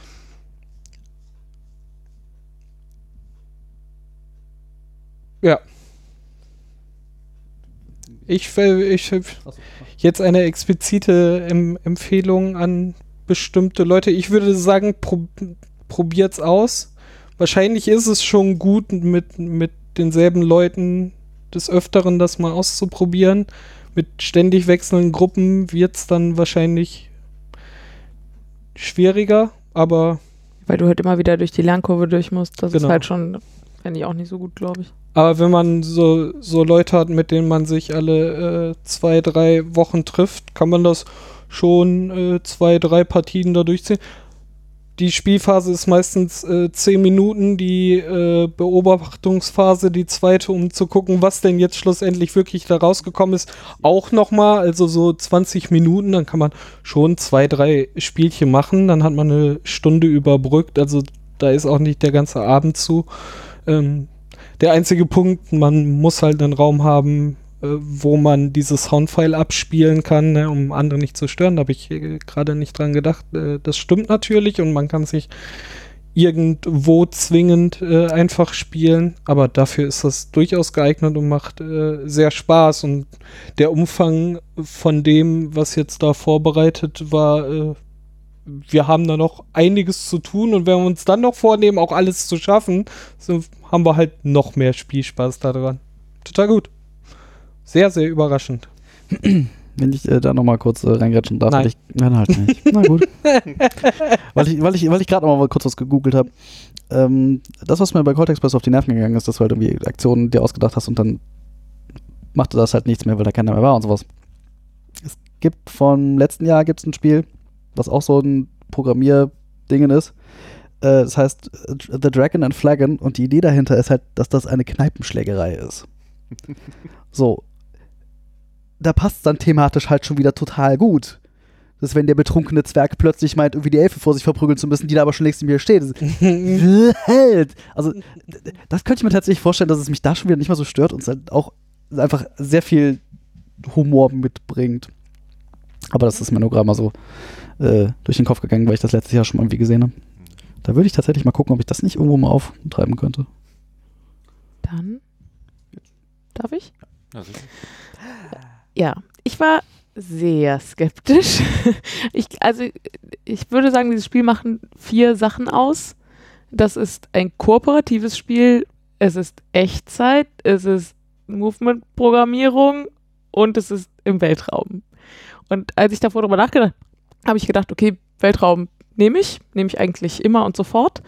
Ja. Ich will ich, jetzt eine explizite em Empfehlung an bestimmte Leute. Ich würde sagen, pro probiert's aus. Wahrscheinlich ist es schon gut, mit, mit denselben Leuten des Öfteren das mal auszuprobieren. Mit ständig wechselnden Gruppen wird es dann wahrscheinlich schwieriger, aber Weil du halt immer wieder durch die Lernkurve durch musst. Das Genau. ist halt schon, fände ich auch nicht so gut, glaube ich. Aber wenn man so, so Leute hat, mit denen man sich alle äh, zwei, drei Wochen trifft, kann man das schon äh, zwei, drei Partien da durchziehen. Die Spielphase ist meistens äh, zehn Minuten, die äh, Beobachtungsphase, die zweite, um zu gucken, was denn jetzt schlussendlich wirklich da rausgekommen ist, auch nochmal, also so zwanzig Minuten, dann kann man schon zwei, drei Spielchen machen, dann hat man eine Stunde überbrückt, also da ist auch nicht der ganze Abend zu. Ähm, Der einzige Punkt, man muss halt einen Raum haben, äh, wo man dieses Soundfile abspielen kann, ne, um andere nicht zu stören. Da habe ich äh, gerade nicht dran gedacht. Äh, das stimmt natürlich und man kann sich irgendwo zwingend äh, einfach spielen, aber dafür ist das durchaus geeignet und macht äh, sehr Spaß. Und der Umfang von dem, was jetzt da vorbereitet war, äh, wir haben da noch einiges zu tun und wenn wir uns dann noch vornehmen, auch alles zu schaffen, so haben wir halt noch mehr Spielspaß daran. Total gut. Sehr, sehr überraschend. Wenn ich äh, da nochmal kurz äh, reingrätschen darf, Nein. ich, nein, halt nicht. Na gut. weil ich, weil ich, weil ich gerade nochmal kurz was gegoogelt habe. Ähm, das, was mir bei Cold Express auf die Nerven gegangen ist, dass du halt irgendwie Aktionen dir ausgedacht hast und dann machte das halt nichts mehr, weil da keiner mehr war und sowas. Es gibt vom letzten Jahr gibt's ein Spiel, was auch so ein Programmierdingen ist. Äh, das heißt äh, The Dragon and Flagon und die Idee dahinter ist halt, dass das eine Kneipenschlägerei ist. So. Da passt es dann thematisch halt schon wieder total gut. Das ist, wenn der betrunkene Zwerg plötzlich meint, irgendwie die Elfe vor sich verprügeln zu müssen, die da aber schon längst in mir steht. Halt! Also, das könnte ich mir tatsächlich vorstellen, dass es mich da schon wieder nicht mehr so stört und es halt auch einfach sehr viel Humor mitbringt. Aber das ist mir nur gerade mal so äh, durch den Kopf gegangen, weil ich das letztes Jahr schon mal irgendwie gesehen habe. Da würde ich tatsächlich mal gucken, ob ich das nicht irgendwo mal auftreiben könnte. Dann darf ich? Ja, sicher. Ja, ich war sehr skeptisch. Ich, also ich würde sagen, dieses Spiel machen vier Sachen aus. Das ist ein kooperatives Spiel, es ist Echtzeit, es ist Movement-Programmierung und es ist im Weltraum. Und als ich davor drüber nachgedacht habe, habe ich gedacht, okay, Weltraum nehme ich, nehme ich eigentlich immer und sofort.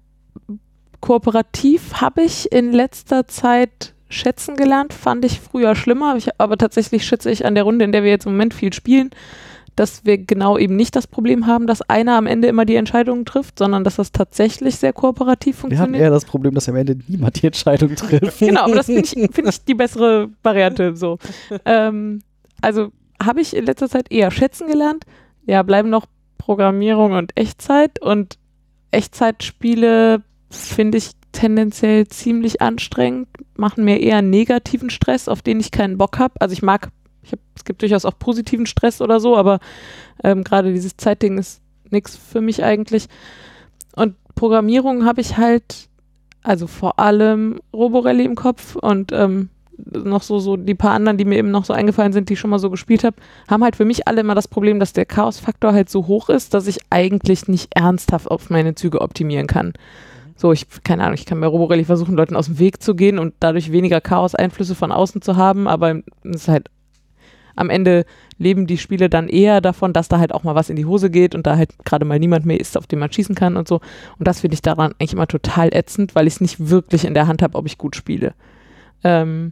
Kooperativ habe ich in letzter Zeit schätzen gelernt, fand ich früher schlimmer, ich, aber tatsächlich schätze ich an der Runde, in der wir jetzt im Moment viel spielen, dass wir genau eben nicht das Problem haben, dass einer am Ende immer die Entscheidungen trifft, sondern dass das tatsächlich sehr kooperativ Wir funktioniert. haben eher das Problem, dass am Ende niemand die Entscheidung trifft. Genau, aber das finde ich, find ich die bessere Variante. So. ähm, also habe ich in letzter Zeit eher schätzen gelernt. Ja, bleiben noch Programmierung und Echtzeit und Echtzeitspiele finde ich tendenziell ziemlich anstrengend, machen mir eher negativen Stress, auf den ich keinen Bock habe. Also ich mag, ich hab, es gibt durchaus auch positiven Stress oder so, aber ähm, gerade dieses Zeitding ist nichts für mich eigentlich. Und Programmierung habe ich halt, also vor allem Roborally im Kopf und ähm, noch so, so die paar anderen, die mir eben noch so eingefallen sind, die ich schon mal so gespielt habe, haben halt für mich alle immer das Problem, dass der Chaos-Faktor halt so hoch ist, dass ich eigentlich nicht ernsthaft auf meine Züge optimieren kann. So, ich, keine Ahnung, ich kann bei Roborally versuchen, Leuten aus dem Weg zu gehen und dadurch weniger Chaos-Einflüsse von außen zu haben, aber es ist halt, am Ende leben die Spiele dann eher davon, dass da halt auch mal was in die Hose geht und da halt gerade mal niemand mehr ist, auf den man schießen kann und so. Und das finde ich daran eigentlich immer total ätzend, weil ich es nicht wirklich in der Hand habe, ob ich gut spiele. Ähm,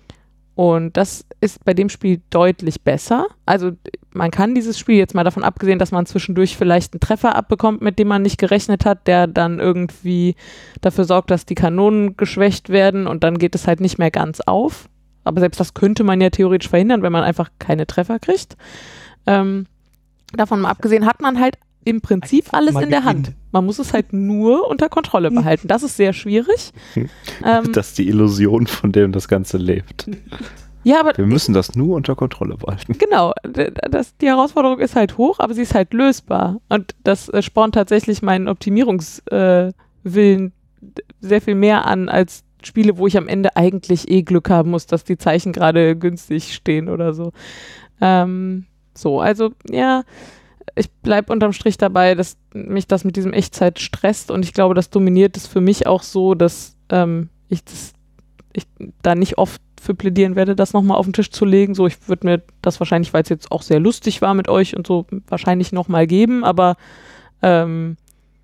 Und das ist bei dem Spiel deutlich besser. Also man kann dieses Spiel, jetzt mal davon abgesehen, dass man zwischendurch vielleicht einen Treffer abbekommt, mit dem man nicht gerechnet hat, der dann irgendwie dafür sorgt, dass die Kanonen geschwächt werden und dann geht es halt nicht mehr ganz auf. Aber selbst das könnte man ja theoretisch verhindern, wenn man einfach keine Treffer kriegt. Ähm, davon mal abgesehen hat man halt im Prinzip alles in der Hand. Man muss es halt nur unter Kontrolle behalten. Das ist sehr schwierig. ähm, Das ist die Illusion, von der das Ganze lebt. Ja, aber Wir müssen das nur unter Kontrolle behalten. genau, das, die Herausforderung ist halt hoch, aber sie ist halt lösbar. Und das äh, spornt tatsächlich meinen Optimierungswillen äh, sehr viel mehr an als Spiele, wo ich am Ende eigentlich eh Glück haben muss, dass die Zeichen gerade günstig stehen oder so. Ähm, so, also ja, ich bleibe unterm Strich dabei, dass mich das mit diesem Echtzeit stresst und ich glaube, das dominiert es für mich auch so, dass ähm, ich, das, ich da nicht oft für plädieren werde, das nochmal auf den Tisch zu legen. So, ich würde mir das wahrscheinlich, weil es jetzt auch sehr lustig war mit euch und so, wahrscheinlich nochmal geben, aber ähm,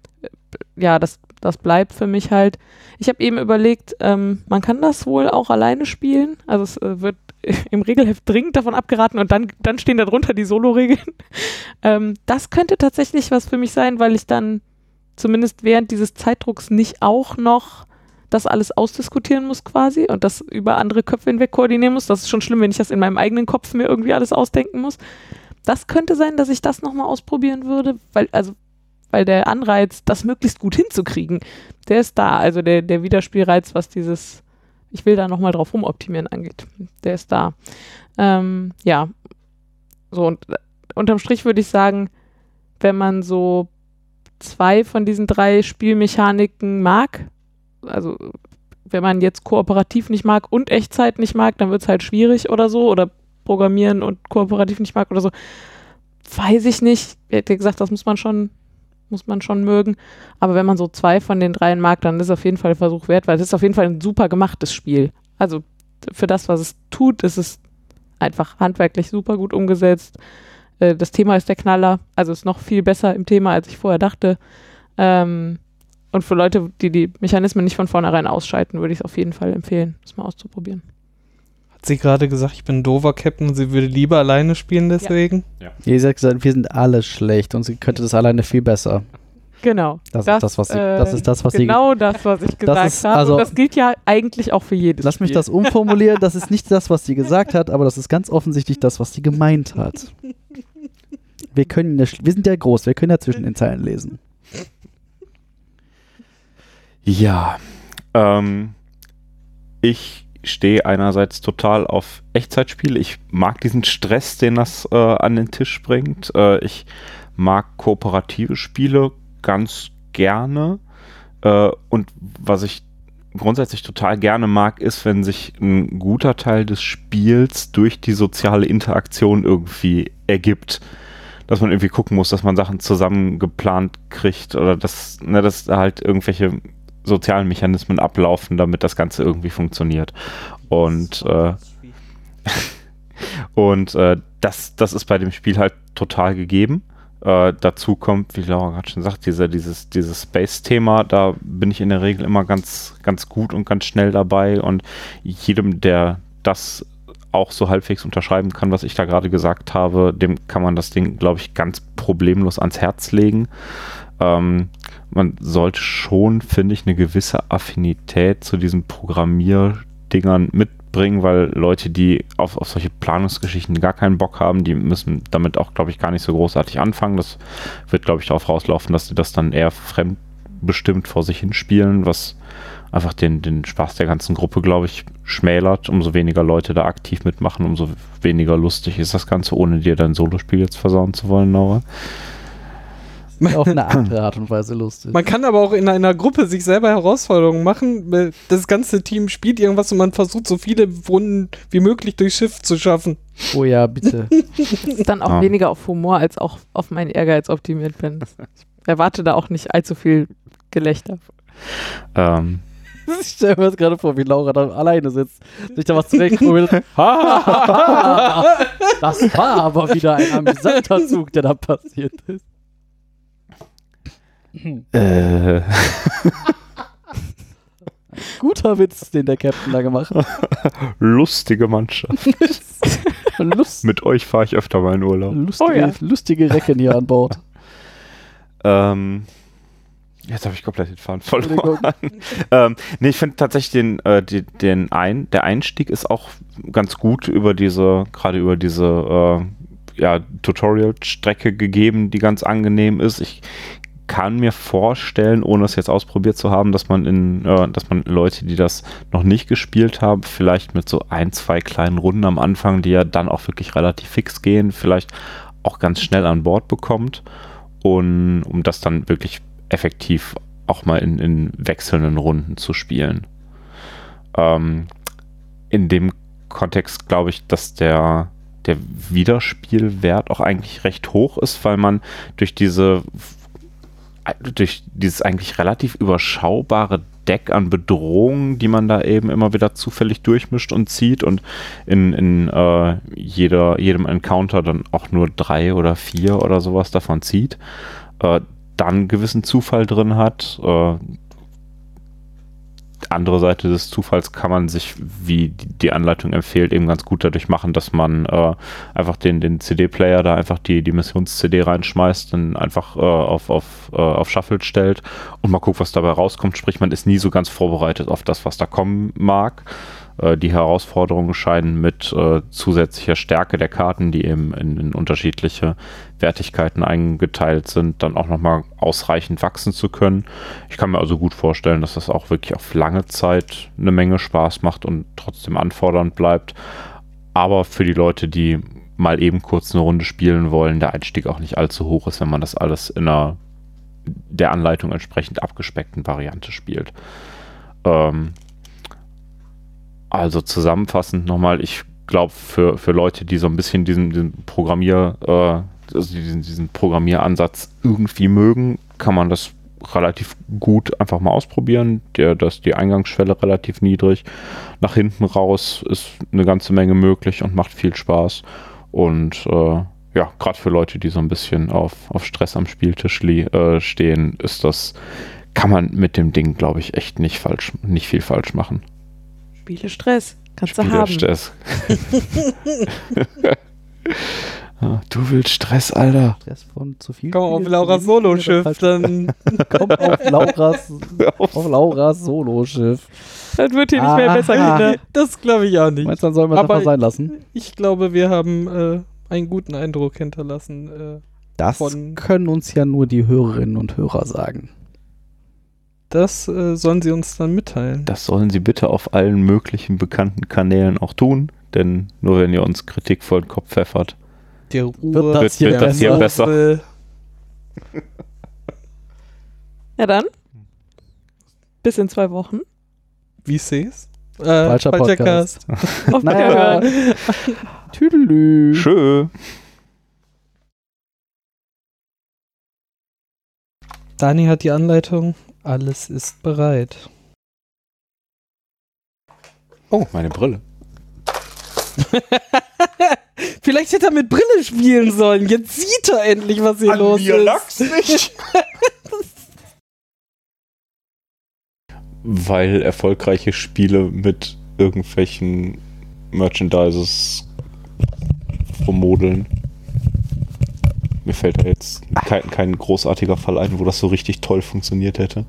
ja, das, das bleibt für mich halt. Ich habe eben überlegt, ähm, man kann das wohl auch alleine spielen. Also es äh, wird im Regelheft dringend davon abgeraten und dann, dann stehen da drunter die Solo-Regeln. ähm, das könnte tatsächlich was für mich sein, weil ich dann zumindest während dieses Zeitdrucks nicht auch noch das alles ausdiskutieren muss quasi und das über andere Köpfe hinweg koordinieren muss. Das ist schon schlimm, wenn ich das in meinem eigenen Kopf mir irgendwie alles ausdenken muss. Das könnte sein, dass ich das nochmal ausprobieren würde, weil, also, weil der Anreiz, das möglichst gut hinzukriegen, der ist da. Also der, der Wiederspielreiz, was dieses ich will da nochmal drauf rumoptimieren angeht. Der ist da. Ähm, ja, so und äh, unterm Strich würde ich sagen, wenn man so zwei von diesen drei Spielmechaniken mag, also wenn man jetzt kooperativ nicht mag und Echtzeit nicht mag, dann wird es halt schwierig oder so, oder Programmieren und kooperativ nicht mag oder so, weiß ich nicht. Ich hätte gesagt, das muss man schon, muss man schon mögen, aber wenn man so zwei von den dreien mag, dann ist es auf jeden Fall ein Versuch wert, weil es ist auf jeden Fall ein super gemachtes Spiel. Also für das, was es tut, ist es einfach handwerklich super gut umgesetzt. Das Thema ist der Knaller, also ist noch viel besser im Thema, als ich vorher dachte. Ähm, und für Leute, die die Mechanismen nicht von vornherein ausschalten, würde ich es auf jeden Fall empfehlen, das mal auszuprobieren. Hat sie gerade gesagt, ich bin ein doofer Captain und sie würde lieber alleine spielen deswegen? Ja. Ja. Sie hat gesagt, wir sind alle schlecht und sie könnte das alleine viel besser. Genau. Das, das ist das, was sie, das ist das, was genau sie, das, was ich gesagt ist, habe. also, und das gilt ja eigentlich auch für jedes Lass Spiel. mich das umformulieren. Das ist nicht das, was sie gesagt hat, aber das ist ganz offensichtlich das, was sie gemeint hat. Wir können, wir sind ja groß, wir können ja zwischen den Zeilen lesen. Ja, ähm, ich stehe einerseits total auf Echtzeitspiele. Ich mag diesen Stress, den das äh, an den Tisch bringt. Äh, ich mag kooperative Spiele ganz gerne. Äh, und was ich grundsätzlich total gerne mag, ist, wenn sich ein guter Teil des Spiels durch die soziale Interaktion irgendwie ergibt. Dass man irgendwie gucken muss, dass man Sachen zusammen geplant kriegt oder dass, ne, dass da halt irgendwelche sozialen Mechanismen ablaufen, damit das Ganze irgendwie funktioniert. Und äh, und äh, das, das ist bei dem Spiel halt total gegeben. Äh, dazu kommt, wie Laura gerade schon sagt, diese, dieses, dieses Space-Thema, da bin ich in der Regel immer ganz, ganz gut und ganz schnell dabei und jedem, der das auch so halbwegs unterschreiben kann, was ich da gerade gesagt habe, dem kann man das Ding, glaube ich, ganz problemlos ans Herz legen. Ähm, man sollte schon, finde ich, eine gewisse Affinität zu diesen Programmierdingern mitbringen, weil Leute, die auf, auf solche Planungsgeschichten gar keinen Bock haben, die müssen damit auch, glaube ich, gar nicht so großartig anfangen. Das wird, glaube ich, darauf rauslaufen, dass sie das dann eher fremdbestimmt vor sich hinspielen, was einfach den, den Spaß der ganzen Gruppe, glaube ich, schmälert. Umso weniger Leute da aktiv mitmachen, umso weniger lustig ist das Ganze, ohne dir dein Solospiel jetzt versauen zu wollen, Laura. Auf eine andere Art und Weise lustig. Man kann aber auch in einer Gruppe sich selber Herausforderungen machen. Das ganze Team spielt irgendwas und man versucht, so viele Runden wie möglich durchs Schiff zu schaffen. Oh ja, bitte. Das ist dann auch Ah. weniger auf Humor als auch auf meinen Ehrgeiz optimiert bin. Ich erwarte da auch nicht allzu viel Gelächter. Ähm, Ich stelle mir das gerade vor, wie Laura da alleine sitzt, sich da was zurechtprobiert. Das war aber wieder ein amüsanter Zug, der da passiert ist. äh, Guter Witz, den der Captain da gemacht hat. lustige Mannschaft. Lust, Mit euch fahre ich öfter mal in Urlaub. lustige, Oh ja. lustige Recken hier an Bord. Ähm, jetzt habe ich komplett den Faden verloren. ähm, nee, ich finde tatsächlich den, äh, die, den ein, der Einstieg ist auch ganz gut über diese, gerade über diese äh, ja, Tutorial-Strecke gegeben, die ganz angenehm ist. Ich kann mir vorstellen, ohne es jetzt ausprobiert zu haben, dass man in, äh, dass man Leute, die das noch nicht gespielt haben, vielleicht mit so ein, zwei kleinen Runden am Anfang, die ja dann auch wirklich relativ fix gehen, vielleicht auch ganz schnell an Bord bekommt. Und um das dann wirklich effektiv auch mal in, in wechselnden Runden zu spielen. Ähm, in dem Kontext glaube ich, dass der, der Wiederspielwert auch eigentlich recht hoch ist, weil man durch diese durch dieses eigentlich relativ überschaubare Deck an Bedrohungen, die man da eben immer wieder zufällig durchmischt und zieht und in, in äh, jeder, jedem Encounter dann auch nur drei oder vier oder sowas davon zieht, äh, dann einen gewissen Zufall drin hat. Äh, andere Seite des Zufalls kann man sich, wie die Anleitung empfiehlt, eben ganz gut dadurch machen, dass man äh, einfach den, den C D-Player da einfach die, die Missions-C D reinschmeißt, dann einfach äh, auf, auf, äh, auf Shuffle stellt und mal guckt, was dabei rauskommt. Sprich, man ist nie so ganz vorbereitet auf das, was da kommen mag. Äh, die Herausforderungen scheinen mit äh, zusätzlicher Stärke der Karten, die eben in, in unterschiedliche Wertigkeiten eingeteilt sind, dann auch nochmal ausreichend wachsen zu können. Ich kann mir also gut vorstellen, dass das auch wirklich auf lange Zeit eine Menge Spaß macht und trotzdem anfordernd bleibt. Aber für die Leute, die mal eben kurz eine Runde spielen wollen, der Einstieg auch nicht allzu hoch ist, wenn man das alles in einer der Anleitung entsprechend abgespeckten Variante spielt. Ähm, also zusammenfassend nochmal, ich glaube, für, für Leute, die so ein bisschen diesen, diesen Programmier, äh, also diesen, diesen Programmieransatz irgendwie mögen, kann man das relativ gut einfach mal ausprobieren. Der, da ist die Eingangsschwelle relativ niedrig. Nach hinten raus ist eine ganze Menge möglich und macht viel Spaß. Und äh, ja, gerade für Leute, die so ein bisschen auf, auf Stress am Spieltisch äh, stehen, ist das, kann man mit dem Ding, glaube ich, echt nicht falsch, nicht viel falsch machen. Spiele Stress, kannst du haben. Stress. Du willst Stress, Alter. Stress von zu viel. Komm auf Spiel, Lauras zu wenig, Solo-Schiff, falsch- dann Komm auf Lauras, auf Lauras Solo-Schiff. Das wird hier nicht mehr Ah, besser, ah. Kinder. das glaube ich auch nicht. Meinst du, dann sollen wir es Aber einfach sein lassen? Ich glaube, wir haben äh, einen guten Eindruck hinterlassen. Äh, Das von- können uns ja nur die Hörerinnen und Hörer sagen. das äh, sollen sie uns dann mitteilen. Das sollen Sie bitte auf allen möglichen bekannten Kanälen auch tun, denn nur wenn ihr uns Kritik vor den Kopf pfeffert, Der Wird das wird, hier wird das hier besser? besser. Ja dann. Bis in zwei Wochen. Wie seh's? Äh, Falscher Podcast. Cast. Auf Naja. Wiederhören. Tüdelü. Schö. Dani hat die Anleitung. Alles ist bereit. Oh, meine Brille. Vielleicht hätte er mit Brille spielen sollen. Jetzt sieht er endlich, was hier los ist. nicht. Weil erfolgreiche Spiele mit irgendwelchen Merchandises rummodeln. Mir fällt da jetzt kein, kein großartiger Fall ein, wo das so richtig toll funktioniert hätte.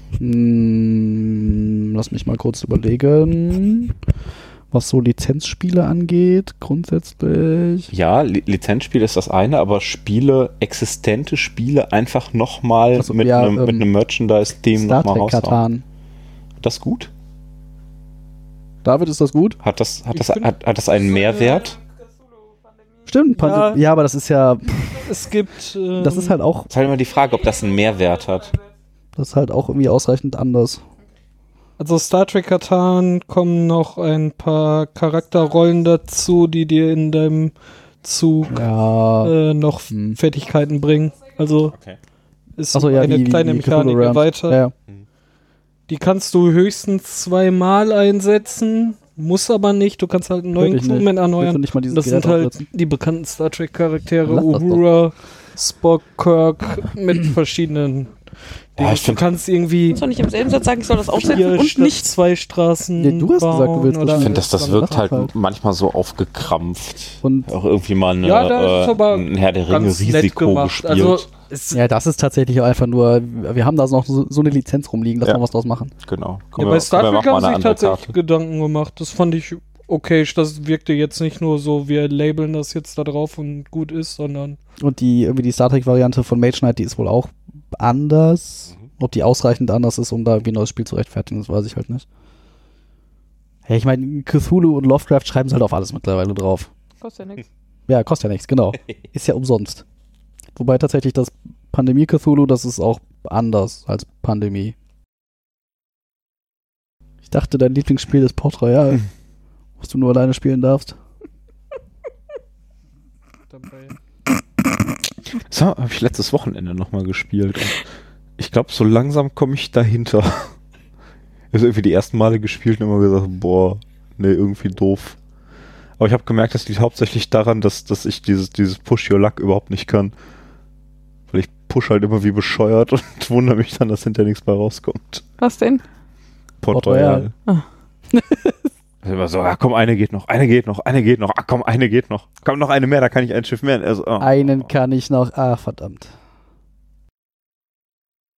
Hm, lass mich mal kurz überlegen. Was so Lizenzspiele angeht, grundsätzlich. Ja, Li Lizenzspiel ist das eine, aber Spiele, existente Spiele einfach nochmal Also, mit ja, einem ähm, mit einem Merchandise-Theme Star nochmal Trek raushauen. Katan. Das gut? David, ist das gut? Hat das, hat Ich das, find- hat, hat das einen Mehrwert? Stimmt, Pand- Ja. ja, aber das ist ja, Es gibt. Ähm, das ist halt auch, Das ist halt immer die Frage, ob das einen Mehrwert hat. das ist halt auch irgendwie ausreichend anders. Also Star Trek Katan kommen noch ein paar Charakterrollen dazu, die dir in deinem Zug Ja. äh, noch Hm. Fertigkeiten bringen. Also Okay. ist Achso, ja, eine wie, kleine wie Cthulhu Mechanik Realms. weiter. Ja, ja. Die kannst du höchstens zweimal einsetzen, muss aber nicht. Du kannst halt einen neuen Wirklich nicht. Crewman Willst du erneuern. nicht mal dieses Das sind Gerät halt aufsetzen? die bekannten Star Trek Charaktere, Lass das doch. Uhura, Spock, Kirk mit verschiedenen. Ja, ich du find- kannst irgendwie Soll ich im selben Satz sagen, ich soll das vier aufsetzen und statt nicht? zwei Straßen. Nee, du hast gesagt, du bauen willst oder Ich finde, das, das alles wirkt mach halt, halt. manchmal so aufgekrampft. Und Auch irgendwie mal eine, Ja, da ist äh, aber ein Herr der Ringe ganz nett Risiko gemacht. gespielt. Also, es, ja, das ist tatsächlich auch einfach nur, wir haben da noch so, so eine Lizenz rumliegen, lass Ja. mal was draus machen. genau. ja, Komm, bei wir- Star komm, wir Trek machen mal haben eine sich andere tatsächlich Karte. Gedanken gemacht. Das fand ich okay. Das wirkte jetzt nicht nur so, wir labeln das jetzt da drauf und gut ist, sondern Und die, irgendwie die Star Trek-Variante von Mage Knight, die ist wohl auch anders. Mhm. Ob die ausreichend anders ist, um da irgendwie ein neues Spiel zu rechtfertigen, das weiß ich halt nicht. Hey, ich meine, Cthulhu und Lovecraft schreiben es halt auf alles mittlerweile drauf. Kostet ja nichts. Ja, kostet ja nichts, genau. Ist ja umsonst. Wobei tatsächlich das Pandemie-Cthulhu, das ist auch anders als Pandemie. Ich dachte, dein Lieblingsspiel ist Port Royal, was du nur alleine spielen darfst. dabei. Das habe ich letztes Wochenende nochmal gespielt. Und ich glaube, so langsam komme ich dahinter. Ich habe irgendwie die ersten Male gespielt und immer gesagt, boah, nee, irgendwie doof. Aber ich habe gemerkt, das liegt hauptsächlich daran, dass, dass ich dieses, dieses Push Your Luck überhaupt nicht kann. Weil ich push halt immer wie bescheuert und wundere mich dann, dass hinterher nichts bei rauskommt. Was denn? Port, Port Royal. Royal. Also immer so, ah, komm, eine geht noch, eine geht noch, eine geht noch, ah, komm, eine geht noch. Komm, noch eine mehr, da kann ich ein Schiff mehr. Also, oh. Einen kann ich noch. Ah, verdammt.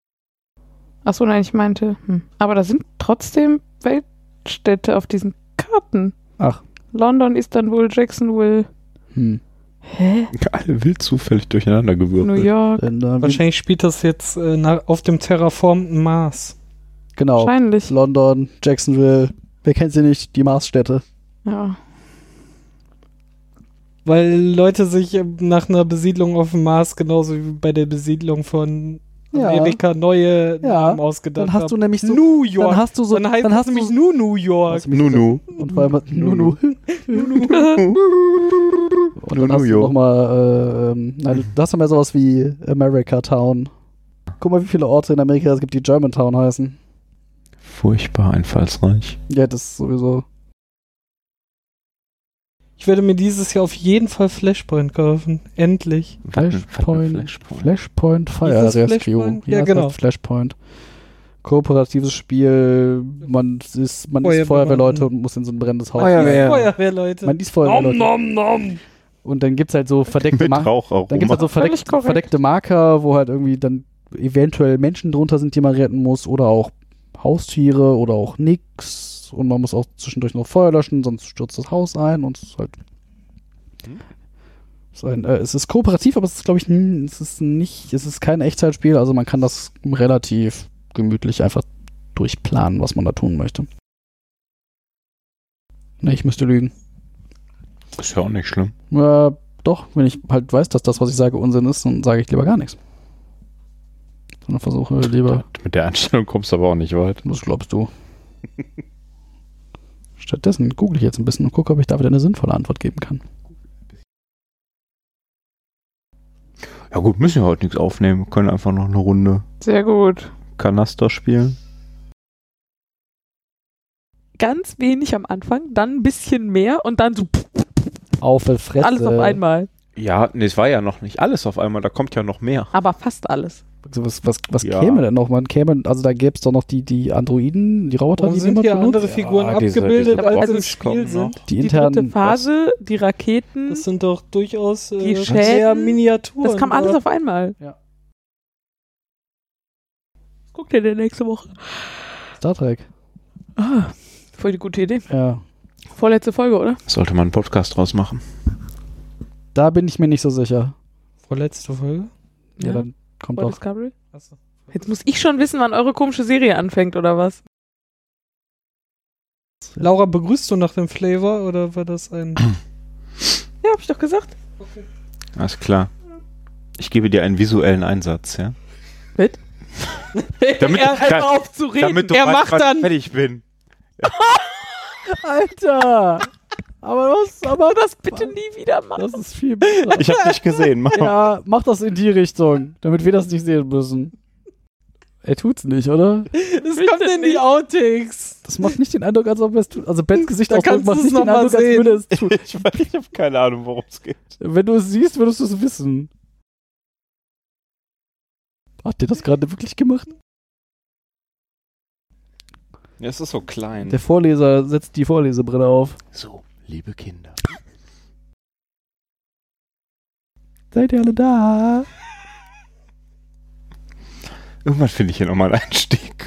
Achso, nein, ich meinte. Hm. Aber da sind trotzdem Weltstädte auf diesen Staaten. Ach. London, Istanbul, Jacksonville. Hm. Hä? Alle wild zufällig durcheinander gewürfelt. New York. Dann, äh, Wahrscheinlich spielt das jetzt äh, nach, auf dem terraformten Mars. Genau. Wahrscheinlich. London, Jacksonville. Wer kennt sie nicht? Die Marsstädte. Ja. Weil Leute sich äh, nach einer Besiedlung auf dem Mars genauso wie bei der Besiedlung von Ja. Amerika neue Ja. Namen ausgedacht Dann hast du haben. nämlich so. New York. Dann hast du so. Dann heißt dann es hast nämlich du, nur New York. hast du mich Nunu. Und vor allem Nunu. Und dann New hast du York. nochmal, äh, ähm, nein, du hast ja mehr sowas wie America Town. Guck mal, wie viele Orte in Amerika es gibt, die Germantown heißen. Furchtbar einfallsreich. Ja, das ist sowieso. Ich werde mir dieses Jahr auf jeden Fall Flashpoint kaufen. Endlich. Flashpoint, Flashpoint. Flashpoint Fire Hieß es Rescue. Flashpoint? Ja, es genau. heißt Flashpoint. Kooperatives Spiel, man ist, man ist Feuerwehrmann. Feuerwehrleute und muss in so ein brennendes Haus. Feuerwehr. Feuerwehrleute. Man ist Nom, Feuerwehrleute. nom, nom. Und dann gibt es halt so verdeckte Mit Marker. Raucharoma. Dann gibt es halt so Völlig verdeckt, korrekt. verdeckte Marker, wo halt irgendwie dann eventuell Menschen drunter sind, die man retten muss, oder auch Haustiere oder auch nix. Und man muss auch zwischendurch noch Feuer löschen, sonst stürzt das Haus ein und es ist halt. Hm? Es ist, ein, äh, es ist kooperativ, aber es ist, glaube ich, n- es ist nicht, es ist kein Echtzeitspiel, also man kann das relativ gemütlich einfach durchplanen, was man da tun möchte. Ne, ich müsste lügen. Ist ja auch nicht schlimm. Äh, doch, wenn ich halt weiß, dass das, was ich sage, Unsinn ist, dann sage ich lieber gar nichts. Sondern versuche lieber, Mit der Einstellung kommst du aber auch nicht weit. was glaubst du? Stattdessen google ich jetzt ein bisschen und gucke, ob ich da wieder eine sinnvolle Antwort geben kann. Ja gut, müssen wir heute nichts aufnehmen. Wir können einfach noch eine Runde Sehr gut. Kanaster spielen. Ganz wenig am Anfang, dann ein bisschen mehr und dann so pff, Auf die Fresse. alles auf einmal. Ja, nee, es war ja noch nicht alles auf einmal. Da kommt ja noch mehr. Aber fast alles. Also was was, was Ja. käme denn noch? Man käme, also da gäbe es doch noch die, die Androiden, die Roboter, Warum die sind niemand hier benutzt. andere Figuren Ja, diese- abgebildet, diese als Boxen im Spiel kommen sind? noch. Die Die internen. dritte Phase, die Raketen, Das das, sind doch durchaus äh, Die sehr Schäden, Miniaturen. kam alles oder? auf einmal. Ja. Guckt ihr denn nächste Woche? Star Trek. Ah, voll die gute Idee. Ja. Vorletzte Folge, oder? Sollte man einen Podcast draus machen. Da bin ich mir nicht so sicher. Vorletzte Folge? Ja, Ja. dann kommt Vor doch. Discovery? Achso. Jetzt muss ich schon wissen, wann eure komische Serie anfängt, oder was? Laura, begrüßt du nach dem Flavor oder war das ein... Ja, hab ich doch gesagt. Alles klar. Ich gebe dir einen visuellen Einsatz, ja? Mit? Damit er, ich hör kann- auf zu reden. Damit du Er weißt, macht wann dann- ich fertig bin. Alter! Aber was, aber das bitte nie wieder machen. das ist viel besser. Ich habe nicht gesehen. Mach. Ja, mach das in die Richtung, damit wir das nicht sehen müssen. Er tut's nicht, oder? Das Bitte kommt in die nicht. Outtakes. Das macht nicht den Eindruck, als ob er es tut. Also Bens Gesicht Da Ausdruck kannst macht du's nicht noch den mal Eindruck, als sehen. würde es tun. Ich, ich habe keine Ahnung, worum es geht. Wenn du es siehst, würdest du es wissen. Hat der das gerade wirklich gemacht? Ja, es ist so klein. Der Vorleser setzt die Vorlesebrille auf. So, liebe Kinder. Seid ihr alle da? Irgendwann finde ich hier nochmal einen Einstieg.